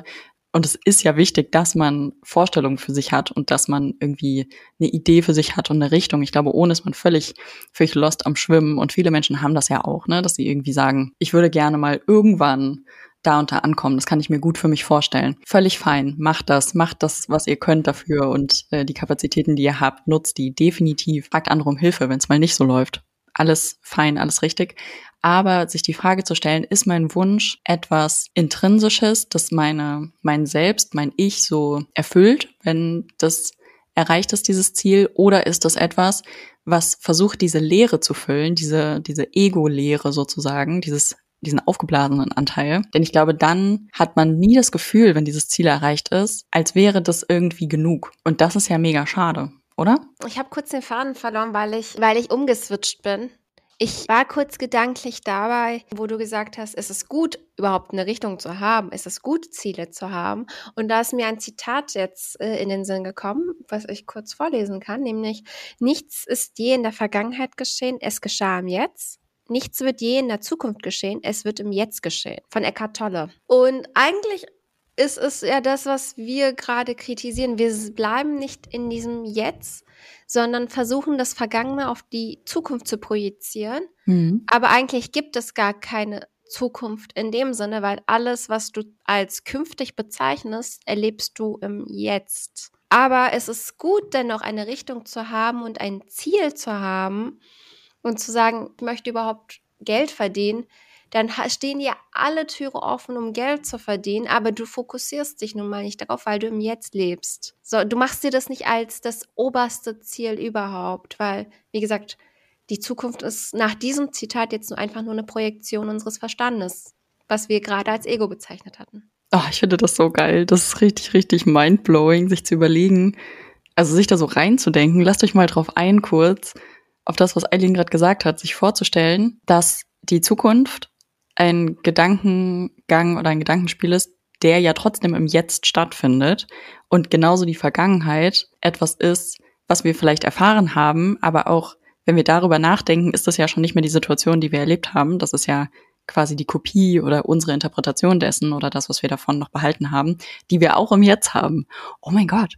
[SPEAKER 2] Und es ist ja wichtig, dass man Vorstellungen für sich hat und dass man irgendwie eine Idee für sich hat und eine Richtung. Ich glaube, ohne ist man völlig lost am Schwimmen. Und viele Menschen haben das ja auch, ne, dass sie irgendwie sagen, ich würde gerne mal irgendwann da und da ankommen. Das kann ich mir gut für mich vorstellen. Völlig fein. Macht das, was ihr könnt dafür und die Kapazitäten, die ihr habt, nutzt die definitiv. Fragt andere um Hilfe, wenn es mal nicht so läuft. Alles fein, alles richtig. Aber sich die Frage zu stellen, ist mein Wunsch etwas Intrinsisches, das mein Selbst, mein Ich so erfüllt, wenn das erreicht ist, dieses Ziel, oder ist das etwas, was versucht, diese Leere zu füllen, diese Ego-Leere sozusagen, diesen aufgeblasenen Anteil. Denn ich glaube, dann hat man nie das Gefühl, wenn dieses Ziel erreicht ist, als wäre das irgendwie genug. Und das ist ja mega schade, oder?
[SPEAKER 1] Ich habe kurz den Faden verloren, weil ich umgeswitcht bin. Ich war kurz gedanklich dabei, wo du gesagt hast, es ist gut, überhaupt eine Richtung zu haben, es ist gut, Ziele zu haben. Und da ist mir ein Zitat jetzt in den Sinn gekommen, was ich kurz vorlesen kann, nämlich: Nichts ist je in der Vergangenheit geschehen, es geschah im Jetzt. Nichts wird je in der Zukunft geschehen, es wird im Jetzt geschehen. Von Eckhart Tolle. Und eigentlich ist es ja das, was wir gerade kritisieren. Wir bleiben nicht in diesem Jetzt, sondern versuchen, das Vergangene auf die Zukunft zu projizieren. Aber eigentlich gibt es gar keine Zukunft in dem Sinne, weil alles, was du als künftig bezeichnest, erlebst du im Jetzt. Aber es ist gut, dennoch eine Richtung zu haben und ein Ziel zu haben und zu sagen, ich möchte überhaupt Geld verdienen, dann stehen dir alle Türen offen, um Geld zu verdienen, aber du fokussierst dich nun mal nicht darauf, weil du im Jetzt lebst. So, du machst dir das nicht als das oberste Ziel überhaupt, weil, wie gesagt, die Zukunft ist nach diesem Zitat jetzt einfach nur eine Projektion unseres Verstandes, was wir gerade als Ego bezeichnet hatten.
[SPEAKER 2] Oh, ich finde das so geil. Das ist richtig, richtig mindblowing, sich zu überlegen, also sich da so reinzudenken. Lasst euch mal drauf ein, kurz, auf das, was Eileen gerade gesagt hat, sich vorzustellen, dass die Zukunft ein Gedankengang oder ein Gedankenspiel ist, der ja trotzdem im Jetzt stattfindet und genauso die Vergangenheit etwas ist, was wir vielleicht erfahren haben, aber auch, wenn wir darüber nachdenken, ist das ja schon nicht mehr die Situation, die wir erlebt haben. Das ist ja quasi die Kopie oder unsere Interpretation dessen oder das, was wir davon noch behalten haben, die wir auch im Jetzt haben. Oh mein Gott.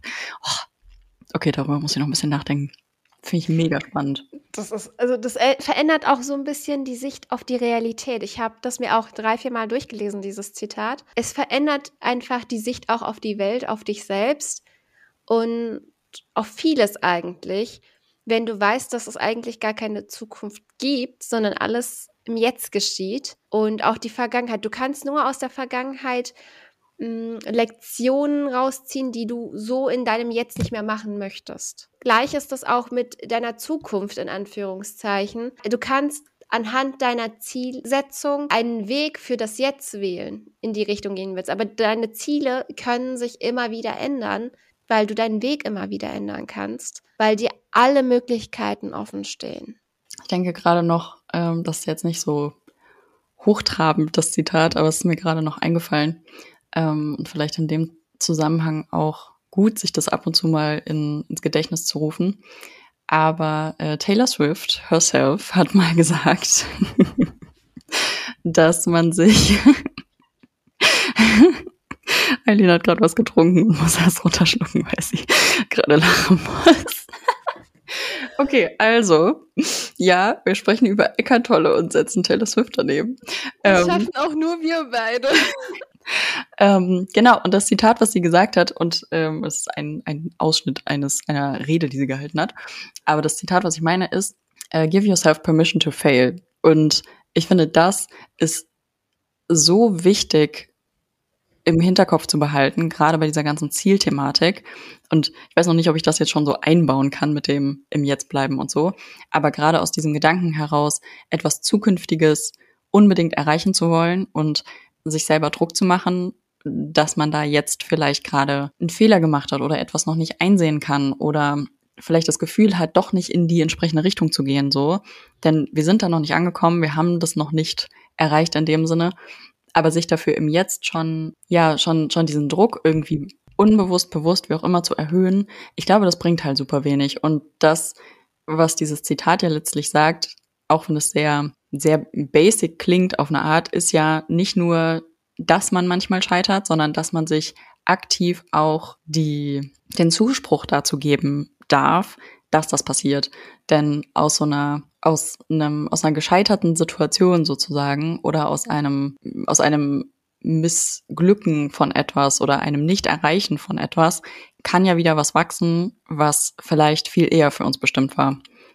[SPEAKER 2] Oh. Okay, darüber muss ich noch ein bisschen nachdenken. Finde ich mega spannend.
[SPEAKER 1] Das verändert auch so ein bisschen die Sicht auf die Realität. Ich habe das mir auch 3-4 Mal durchgelesen, dieses Zitat. Es verändert einfach die Sicht auch auf die Welt, auf dich selbst und auf vieles eigentlich, wenn du weißt, dass es eigentlich gar keine Zukunft gibt, sondern alles im Jetzt geschieht und auch die Vergangenheit. Du kannst nur aus der Vergangenheit Lektionen rausziehen, die du so in deinem Jetzt nicht mehr machen möchtest. Gleich ist das auch mit deiner Zukunft in Anführungszeichen. Du kannst anhand deiner Zielsetzung einen Weg für das Jetzt wählen, in die Richtung gehen willst. Aber deine Ziele können sich immer wieder ändern, weil du deinen Weg immer wieder ändern kannst, weil dir alle Möglichkeiten offen stehen.
[SPEAKER 2] Ich denke gerade noch, das ist jetzt nicht so hochtrabend, das Zitat, aber es ist mir gerade noch eingefallen. Und vielleicht in dem Zusammenhang auch gut, sich das ab und zu mal ins Gedächtnis zu rufen. Aber Taylor Swift herself hat mal gesagt, dass man sich Eileen hat gerade was getrunken und muss erst runterschlucken, weil sie gerade lachen muss. Okay, also, ja, wir sprechen über Eckhart Tolle und setzen Taylor Swift daneben.
[SPEAKER 1] Das schaffen auch nur wir beide.
[SPEAKER 2] Genau, und das Zitat, was sie gesagt hat, und es ist ein Ausschnitt einer Rede, die sie gehalten hat, aber das Zitat, was ich meine, ist give yourself permission to fail. Und ich finde, das ist so wichtig im Hinterkopf zu behalten, gerade bei dieser ganzen Zielthematik. Und ich weiß noch nicht, ob ich das jetzt schon so einbauen kann mit dem im Jetzt bleiben und so, aber gerade aus diesem Gedanken heraus, etwas Zukünftiges unbedingt erreichen zu wollen und sich selber Druck zu machen, dass man da jetzt vielleicht gerade einen Fehler gemacht hat oder etwas noch nicht einsehen kann oder vielleicht das Gefühl hat, doch nicht in die entsprechende Richtung zu gehen, so. Denn wir sind da noch nicht angekommen, wir haben das noch nicht erreicht in dem Sinne, aber sich dafür im Jetzt schon diesen Druck irgendwie unbewusst, bewusst, wie auch immer zu erhöhen, ich glaube, das bringt halt super wenig. Und das, was dieses Zitat ja letztlich sagt, auch wenn es sehr, sehr basic klingt auf eine Art, ist ja nicht nur, dass man manchmal scheitert, sondern dass man sich aktiv auch den Zuspruch dazu geben darf, dass das passiert. Denn aus einer gescheiterten Situation sozusagen oder aus einem Missglücken von etwas oder einem Nicht-Erreichen von etwas kann ja wieder was wachsen, was vielleicht viel eher für uns bestimmt war.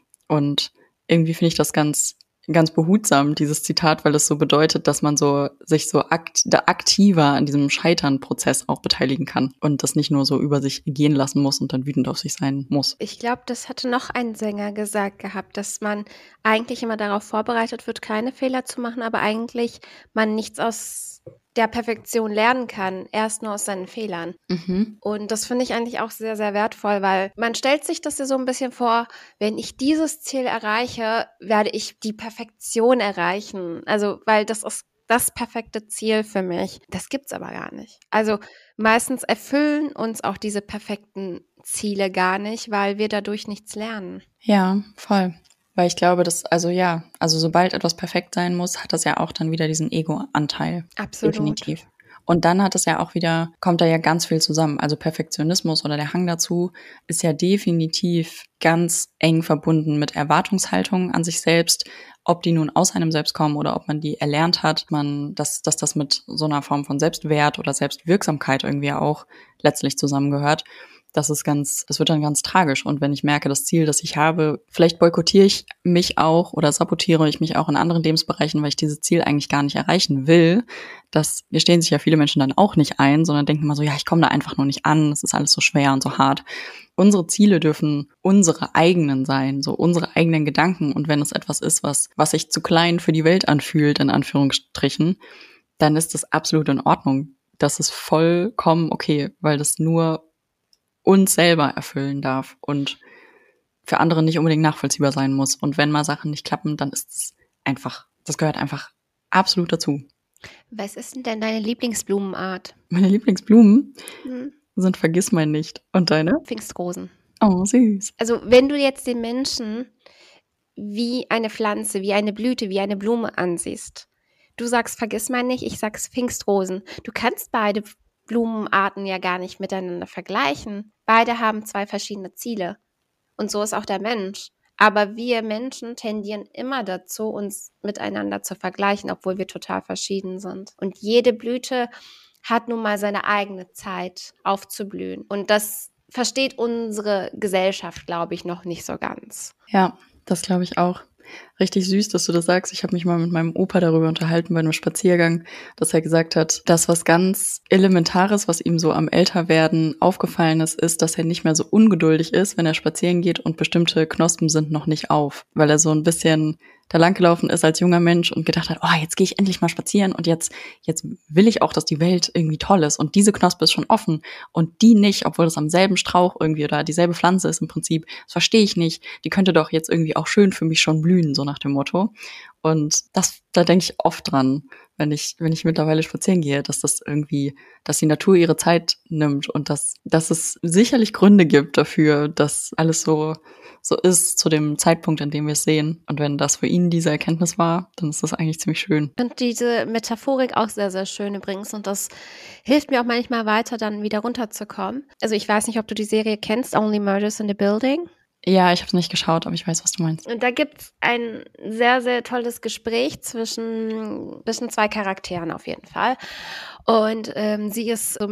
[SPEAKER 2] Und irgendwie finde ich das ganz behutsam, dieses Zitat, weil es so bedeutet, dass man sich aktiver an diesem Scheitern-Prozess auch beteiligen kann und das nicht nur so über sich gehen lassen muss und dann wütend auf sich sein muss.
[SPEAKER 1] Ich glaube, das hatte noch ein Sänger gesagt gehabt, dass man eigentlich immer darauf vorbereitet wird, keine Fehler zu machen, aber eigentlich man nichts aus der Perfektion lernen kann, erst nur aus seinen Fehlern.
[SPEAKER 2] Mhm.
[SPEAKER 1] Und das finde ich eigentlich auch sehr, sehr wertvoll, weil man stellt sich das ja so ein bisschen vor, wenn ich dieses Ziel erreiche, werde ich die Perfektion erreichen. Also, weil das ist das perfekte Ziel für mich. Das gibt's aber gar nicht. Also meistens erfüllen uns auch diese perfekten Ziele gar nicht, weil wir dadurch nichts lernen.
[SPEAKER 2] Ja, voll. Weil ich glaube, also sobald etwas perfekt sein muss, hat das ja auch dann wieder diesen Ego-Anteil.
[SPEAKER 1] Absolut.
[SPEAKER 2] Definitiv. Und dann kommt da ja ganz viel zusammen. Also Perfektionismus oder der Hang dazu ist ja definitiv ganz eng verbunden mit Erwartungshaltungen an sich selbst, ob die nun aus einem selbst kommen oder ob man die erlernt hat, dass das mit so einer Form von Selbstwert oder Selbstwirksamkeit irgendwie auch letztlich zusammengehört. Das wird dann ganz tragisch. Und wenn ich merke, das Ziel, das ich habe, vielleicht boykottiere ich mich auch oder sabotiere ich mich auch in anderen Lebensbereichen, weil ich dieses Ziel eigentlich gar nicht erreichen will. Das gestehen sich ja viele Menschen dann auch nicht ein, sondern denken immer so, ja, ich komme da einfach nur nicht an, es ist alles so schwer und so hart. Unsere Ziele dürfen unsere eigenen sein, so unsere eigenen Gedanken. Und wenn es etwas ist, was sich zu klein für die Welt anfühlt, in Anführungsstrichen, dann ist das absolut in Ordnung. Das ist vollkommen okay, weil das nur uns selber erfüllen darf und für andere nicht unbedingt nachvollziehbar sein muss. Und wenn mal Sachen nicht klappen, dann ist es einfach, das gehört einfach absolut dazu.
[SPEAKER 1] Was ist denn deine Lieblingsblumenart?
[SPEAKER 2] Meine Lieblingsblumen sind Vergissmeinnicht. Und deine?
[SPEAKER 1] Pfingstrosen.
[SPEAKER 2] Oh, süß.
[SPEAKER 1] Also wenn du jetzt den Menschen wie eine Pflanze, wie eine Blüte, wie eine Blume ansiehst, du sagst Vergissmeinnicht, ich sag's Pfingstrosen. Du kannst beide Blumenarten ja gar nicht miteinander vergleichen. Beide haben zwei verschiedene Ziele. Und so ist auch der Mensch. Aber wir Menschen tendieren immer dazu, uns miteinander zu vergleichen, obwohl wir total verschieden sind. Und jede Blüte hat nun mal seine eigene Zeit aufzublühen. Und das versteht unsere Gesellschaft, glaube ich, noch nicht so ganz.
[SPEAKER 2] Ja, das glaube ich auch. Richtig süß, dass du das sagst. Ich habe mich mal mit meinem Opa darüber unterhalten bei einem Spaziergang, dass er gesagt hat, dass was ganz Elementares, was ihm so am Älterwerden aufgefallen ist, dass er nicht mehr so ungeduldig ist, wenn er spazieren geht und bestimmte Knospen sind noch nicht auf, weil er so ein bisschen da langgelaufen ist als junger Mensch und gedacht hat, oh, jetzt gehe ich endlich mal spazieren und jetzt will ich auch, dass die Welt irgendwie toll ist und diese Knospe ist schon offen und die nicht, obwohl das am selben Strauch irgendwie oder dieselbe Pflanze ist im Prinzip. Das verstehe ich nicht. Die könnte doch jetzt irgendwie auch schön für mich schon blühen, so nach dem Motto. Und da denke ich oft dran, wenn ich mittlerweile spazieren gehe, dass die Natur ihre Zeit nimmt und dass es sicherlich Gründe gibt dafür, dass alles so ist zu dem Zeitpunkt, in dem wir es sehen. Und wenn das für ihn diese Erkenntnis war, dann ist das eigentlich ziemlich schön.
[SPEAKER 1] Ich finde diese Metaphorik auch sehr, sehr schön übrigens. Und das hilft mir auch manchmal weiter, dann wieder runterzukommen. Also ich weiß nicht, ob du die Serie kennst, Only Murders in the Building.
[SPEAKER 2] Ja, ich habe es nicht geschaut, aber ich weiß, was du meinst.
[SPEAKER 1] Und da gibt's ein sehr, sehr tolles Gespräch zwischen zwei Charakteren auf jeden Fall. Und sie ist so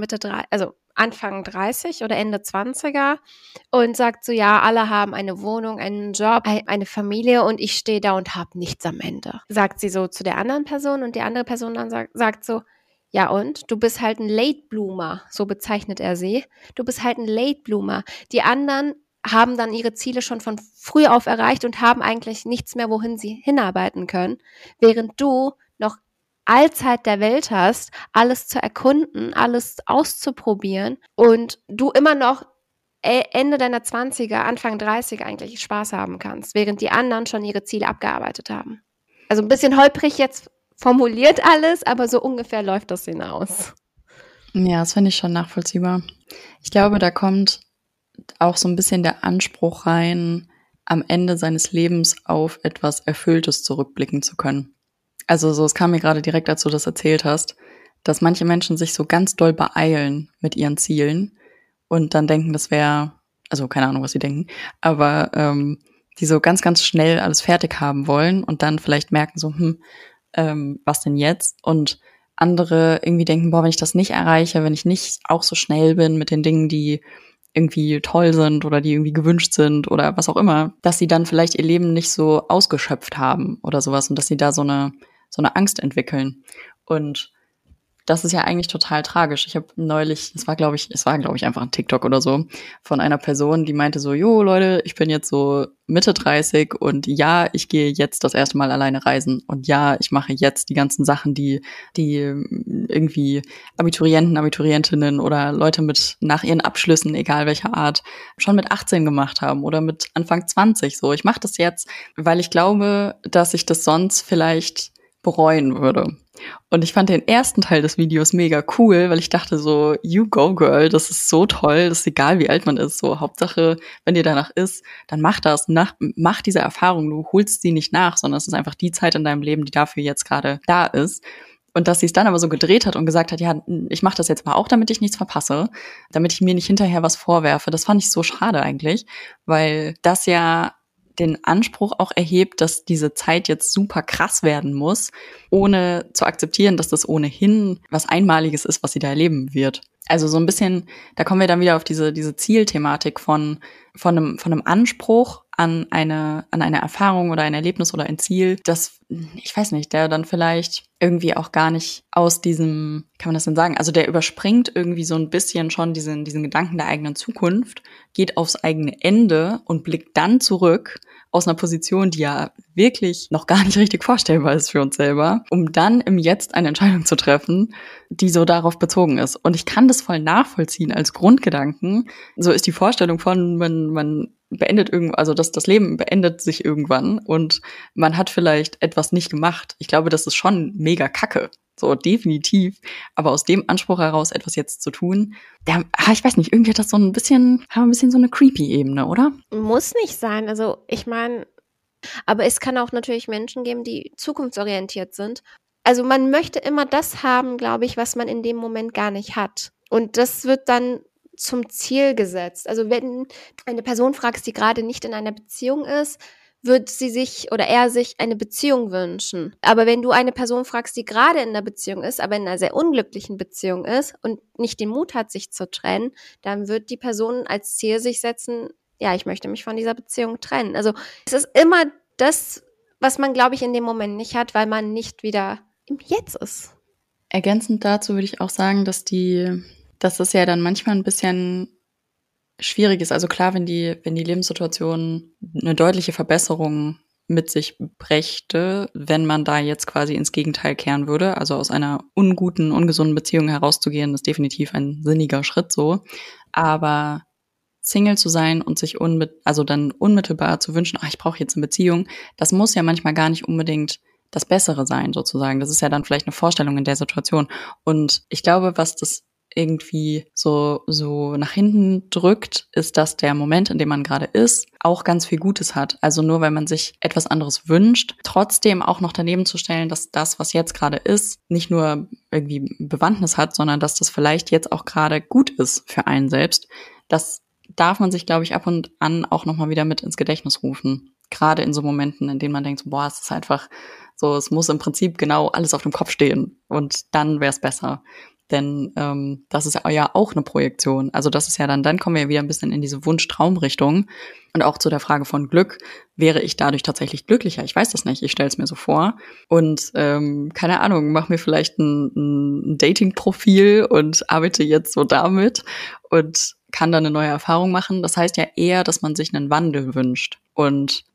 [SPEAKER 1] Anfang 30 oder Ende 20er und sagt so, ja, alle haben eine Wohnung, einen Job, eine Familie und ich stehe da und habe nichts am Ende. Sagt sie so zu der anderen Person und die andere Person dann sagt so, ja und? Du bist halt ein Late Bloomer, so bezeichnet er sie. Du bist halt ein Late Bloomer. Die anderen haben dann ihre Ziele schon von früh auf erreicht und haben eigentlich nichts mehr, wohin sie hinarbeiten können, während du noch Allzeit der Welt hast, alles zu erkunden, alles auszuprobieren und du immer noch Ende deiner 20er, Anfang 30er eigentlich Spaß haben kannst, während die anderen schon ihre Ziele abgearbeitet haben. Also ein bisschen holprig jetzt formuliert alles, aber so ungefähr läuft das hinaus.
[SPEAKER 2] Ja, das finde ich schon nachvollziehbar. Ich glaube, da kommt auch so ein bisschen der Anspruch rein, am Ende seines Lebens auf etwas Erfülltes zurückblicken zu können. Also so, es kam mir gerade direkt, als du das erzählt hast, dass manche Menschen sich so ganz doll beeilen mit ihren Zielen und dann denken, das wäre, also keine Ahnung, was sie denken, aber die so ganz, ganz schnell alles fertig haben wollen und dann vielleicht merken so, was denn jetzt? Und andere irgendwie denken, boah, wenn ich das nicht erreiche, wenn ich nicht auch so schnell bin mit den Dingen, die irgendwie toll sind oder die irgendwie gewünscht sind oder was auch immer, dass sie dann vielleicht ihr Leben nicht so ausgeschöpft haben oder sowas und dass sie da so eine Angst entwickeln. Und das ist ja eigentlich total tragisch. Ich habe neulich, es war glaube ich einfach ein TikTok oder so, von einer Person, die meinte so, jo Leute, ich bin jetzt so Mitte 30 und ja, ich gehe jetzt das erste Mal alleine reisen und ja, ich mache jetzt die ganzen Sachen, die irgendwie Abiturienten, Abiturientinnen oder Leute mit nach ihren Abschlüssen, egal welcher Art, schon mit 18 gemacht haben oder mit Anfang 20 so. Ich mache das jetzt, weil ich glaube, dass ich das sonst vielleicht bereuen würde. Und ich fand den ersten Teil des Videos mega cool, weil ich dachte so, you go girl, das ist so toll, das ist egal wie alt man ist, so Hauptsache, wenn dir danach ist, dann mach das, mach diese Erfahrung, du holst sie nicht nach, sondern es ist einfach die Zeit in deinem Leben, die dafür jetzt gerade da ist. Und dass sie es dann aber so gedreht hat und gesagt hat, ja, ich mache das jetzt mal auch, damit ich nichts verpasse, damit ich mir nicht hinterher was vorwerfe, das fand ich so schade eigentlich, weil das ja den Anspruch auch erhebt, dass diese Zeit jetzt super krass werden muss, ohne zu akzeptieren, dass das ohnehin was Einmaliges ist, was sie da erleben wird. Also so ein bisschen, da kommen wir dann wieder auf diese Zielthematik von einem Anspruch an eine Erfahrung oder ein Erlebnis oder ein Ziel, das, ich weiß nicht, der dann vielleicht irgendwie auch gar nicht aus diesem, kann man das denn sagen, also der überspringt irgendwie so ein bisschen schon diesen Gedanken der eigenen Zukunft, geht aufs eigene Ende und blickt dann zurück aus einer Position, die ja wirklich noch gar nicht richtig vorstellbar ist für uns selber, um dann im Jetzt eine Entscheidung zu treffen, die so darauf bezogen ist. Und ich kann das voll nachvollziehen als Grundgedanken. So ist die Vorstellung von, man beendet also das Leben beendet sich irgendwann und man hat vielleicht etwas nicht gemacht. Ich glaube, das ist schon mega kacke. So, definitiv. Aber aus dem Anspruch heraus, etwas jetzt zu tun, ich weiß nicht, irgendwie hat das so ein bisschen so eine creepy Ebene, oder?
[SPEAKER 1] Muss nicht sein. Also, ich meine, aber es kann auch natürlich Menschen geben, die zukunftsorientiert sind. Also, man möchte immer das haben, glaube ich, was man in dem Moment gar nicht hat. Und das wird dann zum Ziel gesetzt. Also, wenn eine Person fragst, die gerade nicht in einer Beziehung ist, wird sie sich oder er sich eine Beziehung wünschen. Aber wenn du eine Person fragst, die gerade in einer Beziehung ist, aber in einer sehr unglücklichen Beziehung ist und nicht den Mut hat, sich zu trennen, dann wird die Person als Ziel sich setzen, ja, ich möchte mich von dieser Beziehung trennen. Also es ist immer das, was man, glaube ich, in dem Moment nicht hat, weil man nicht wieder im Jetzt ist.
[SPEAKER 2] Ergänzend dazu würde ich auch sagen, dass das ja dann manchmal ein bisschen schwierig ist. Also klar, wenn die Lebenssituation eine deutliche Verbesserung mit sich brächte, wenn man da jetzt quasi ins Gegenteil kehren würde, also aus einer unguten, ungesunden Beziehung herauszugehen, ist definitiv ein sinniger Schritt so. Aber Single zu sein und sich dann unmittelbar zu wünschen, ich brauche jetzt eine Beziehung, das muss ja manchmal gar nicht unbedingt das Bessere sein, sozusagen. Das ist ja dann vielleicht eine Vorstellung in der Situation. Und ich glaube, was das irgendwie so nach hinten drückt, ist, dass der Moment, in dem man gerade ist, auch ganz viel Gutes hat. Also nur, wenn man sich etwas anderes wünscht, trotzdem auch noch daneben zu stellen, dass das, was jetzt gerade ist, nicht nur irgendwie Bewandtnis hat, sondern dass das vielleicht jetzt auch gerade gut ist für einen selbst. Das darf man sich, glaube ich, ab und an auch nochmal wieder mit ins Gedächtnis rufen. Gerade in so Momenten, in denen man denkt, boah, es ist einfach so, es muss im Prinzip genau alles auf dem Kopf stehen und dann wäre es besser. Denn das ist ja auch eine Projektion. Also das ist ja dann kommen wir wieder ein bisschen in diese Wunsch-Traum-Richtung. Und auch zu der Frage von Glück, wäre ich dadurch tatsächlich glücklicher? Ich weiß das nicht, ich stelle es mir so vor. Und keine Ahnung, mache mir vielleicht ein Dating-Profil und arbeite jetzt so damit und kann dann eine neue Erfahrung machen. Das heißt ja eher, dass man sich einen Wandel wünscht. Und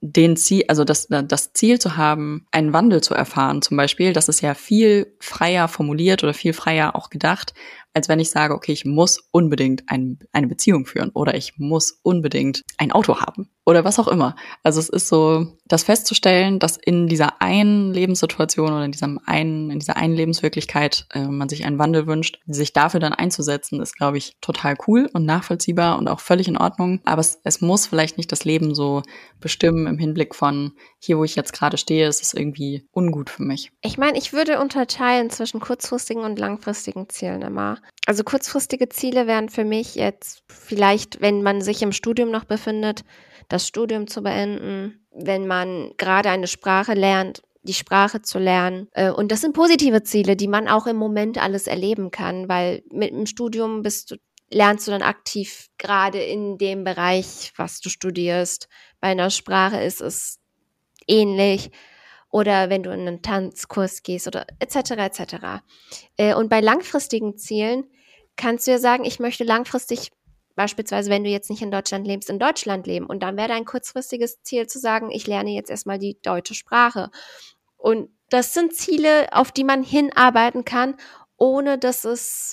[SPEAKER 2] das Ziel zu haben, einen Wandel zu erfahren zum Beispiel, das ist ja viel freier formuliert oder viel freier auch gedacht, als wenn ich sage, okay, ich muss unbedingt eine Beziehung führen oder ich muss unbedingt ein Auto haben oder was auch immer. Also es ist so, das festzustellen, dass in dieser einen Lebenssituation oder in dieser einen Lebenswirklichkeit man sich einen Wandel wünscht, sich dafür dann einzusetzen, ist, glaube ich, total cool und nachvollziehbar und auch völlig in Ordnung. Aber es muss vielleicht nicht das Leben so bestimmen im Hinblick von, hier, wo ich jetzt gerade stehe, ist es irgendwie ungut für mich.
[SPEAKER 1] Ich meine, ich würde unterteilen zwischen kurzfristigen und langfristigen Zielen immer. Also kurzfristige Ziele wären für mich jetzt vielleicht, wenn man sich im Studium noch befindet, das Studium zu beenden, wenn man gerade eine Sprache lernt, die Sprache zu lernen. Und das sind positive Ziele, die man auch im Moment alles erleben kann, weil mit dem Studium lernst du dann aktiv gerade in dem Bereich, was du studierst. Bei einer Sprache ist es ähnlich. Oder wenn du in einen Tanzkurs gehst oder etc. etc. Und bei langfristigen Zielen kannst du ja sagen, ich möchte langfristig, beispielsweise wenn du jetzt nicht in Deutschland lebst, in Deutschland leben. Und dann wäre dein kurzfristiges Ziel zu sagen, ich lerne jetzt erstmal die deutsche Sprache. Und das sind Ziele, auf die man hinarbeiten kann, ohne dass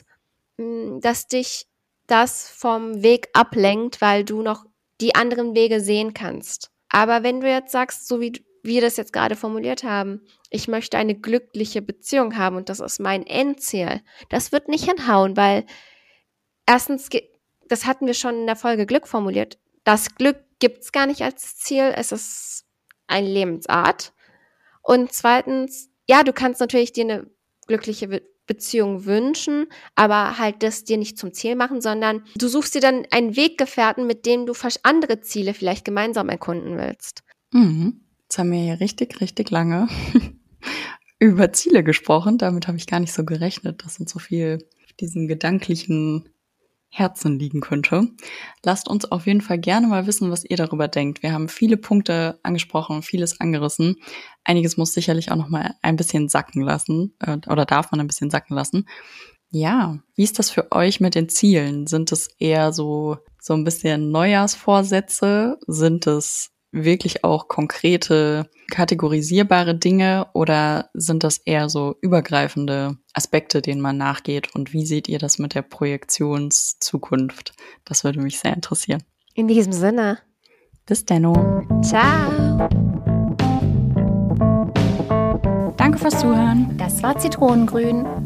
[SPEAKER 1] dich das vom Weg ablenkt, weil du noch die anderen Wege sehen kannst. Aber wenn du jetzt sagst, so wie wir das jetzt gerade formuliert haben, ich möchte eine glückliche Beziehung haben und das ist mein Endziel, das wird nicht hinhauen, weil erstens, das hatten wir schon in der Folge Glück formuliert, das Glück gibt es gar nicht als Ziel, es ist eine Lebensart. Und zweitens, ja, du kannst natürlich dir eine glückliche Beziehung wünschen, aber halt das dir nicht zum Ziel machen, sondern du suchst dir dann einen Weggefährten, mit dem du andere Ziele vielleicht gemeinsam erkunden willst.
[SPEAKER 2] Jetzt haben wir hier richtig, richtig lange über Ziele gesprochen. Damit habe ich gar nicht so gerechnet, dass uns so viel auf diesen gedanklichen Herzen liegen könnte. Lasst uns auf jeden Fall gerne mal wissen, was ihr darüber denkt. Wir haben viele Punkte angesprochen, vieles angerissen. Einiges muss sicherlich auch noch mal ein bisschen sacken lassen oder darf man ein bisschen sacken lassen. Ja, wie ist das für euch mit den Zielen? Sind es eher so ein bisschen Neujahrsvorsätze? Sind es wirklich auch konkrete, kategorisierbare Dinge oder sind das eher so übergreifende Aspekte, denen man nachgeht? Und wie seht ihr das mit der Projektionszukunft? Das würde mich sehr interessieren.
[SPEAKER 1] In diesem Sinne.
[SPEAKER 2] Bis denno.
[SPEAKER 1] Ciao.
[SPEAKER 2] Danke fürs Zuhören.
[SPEAKER 1] Das war Zitronengrün.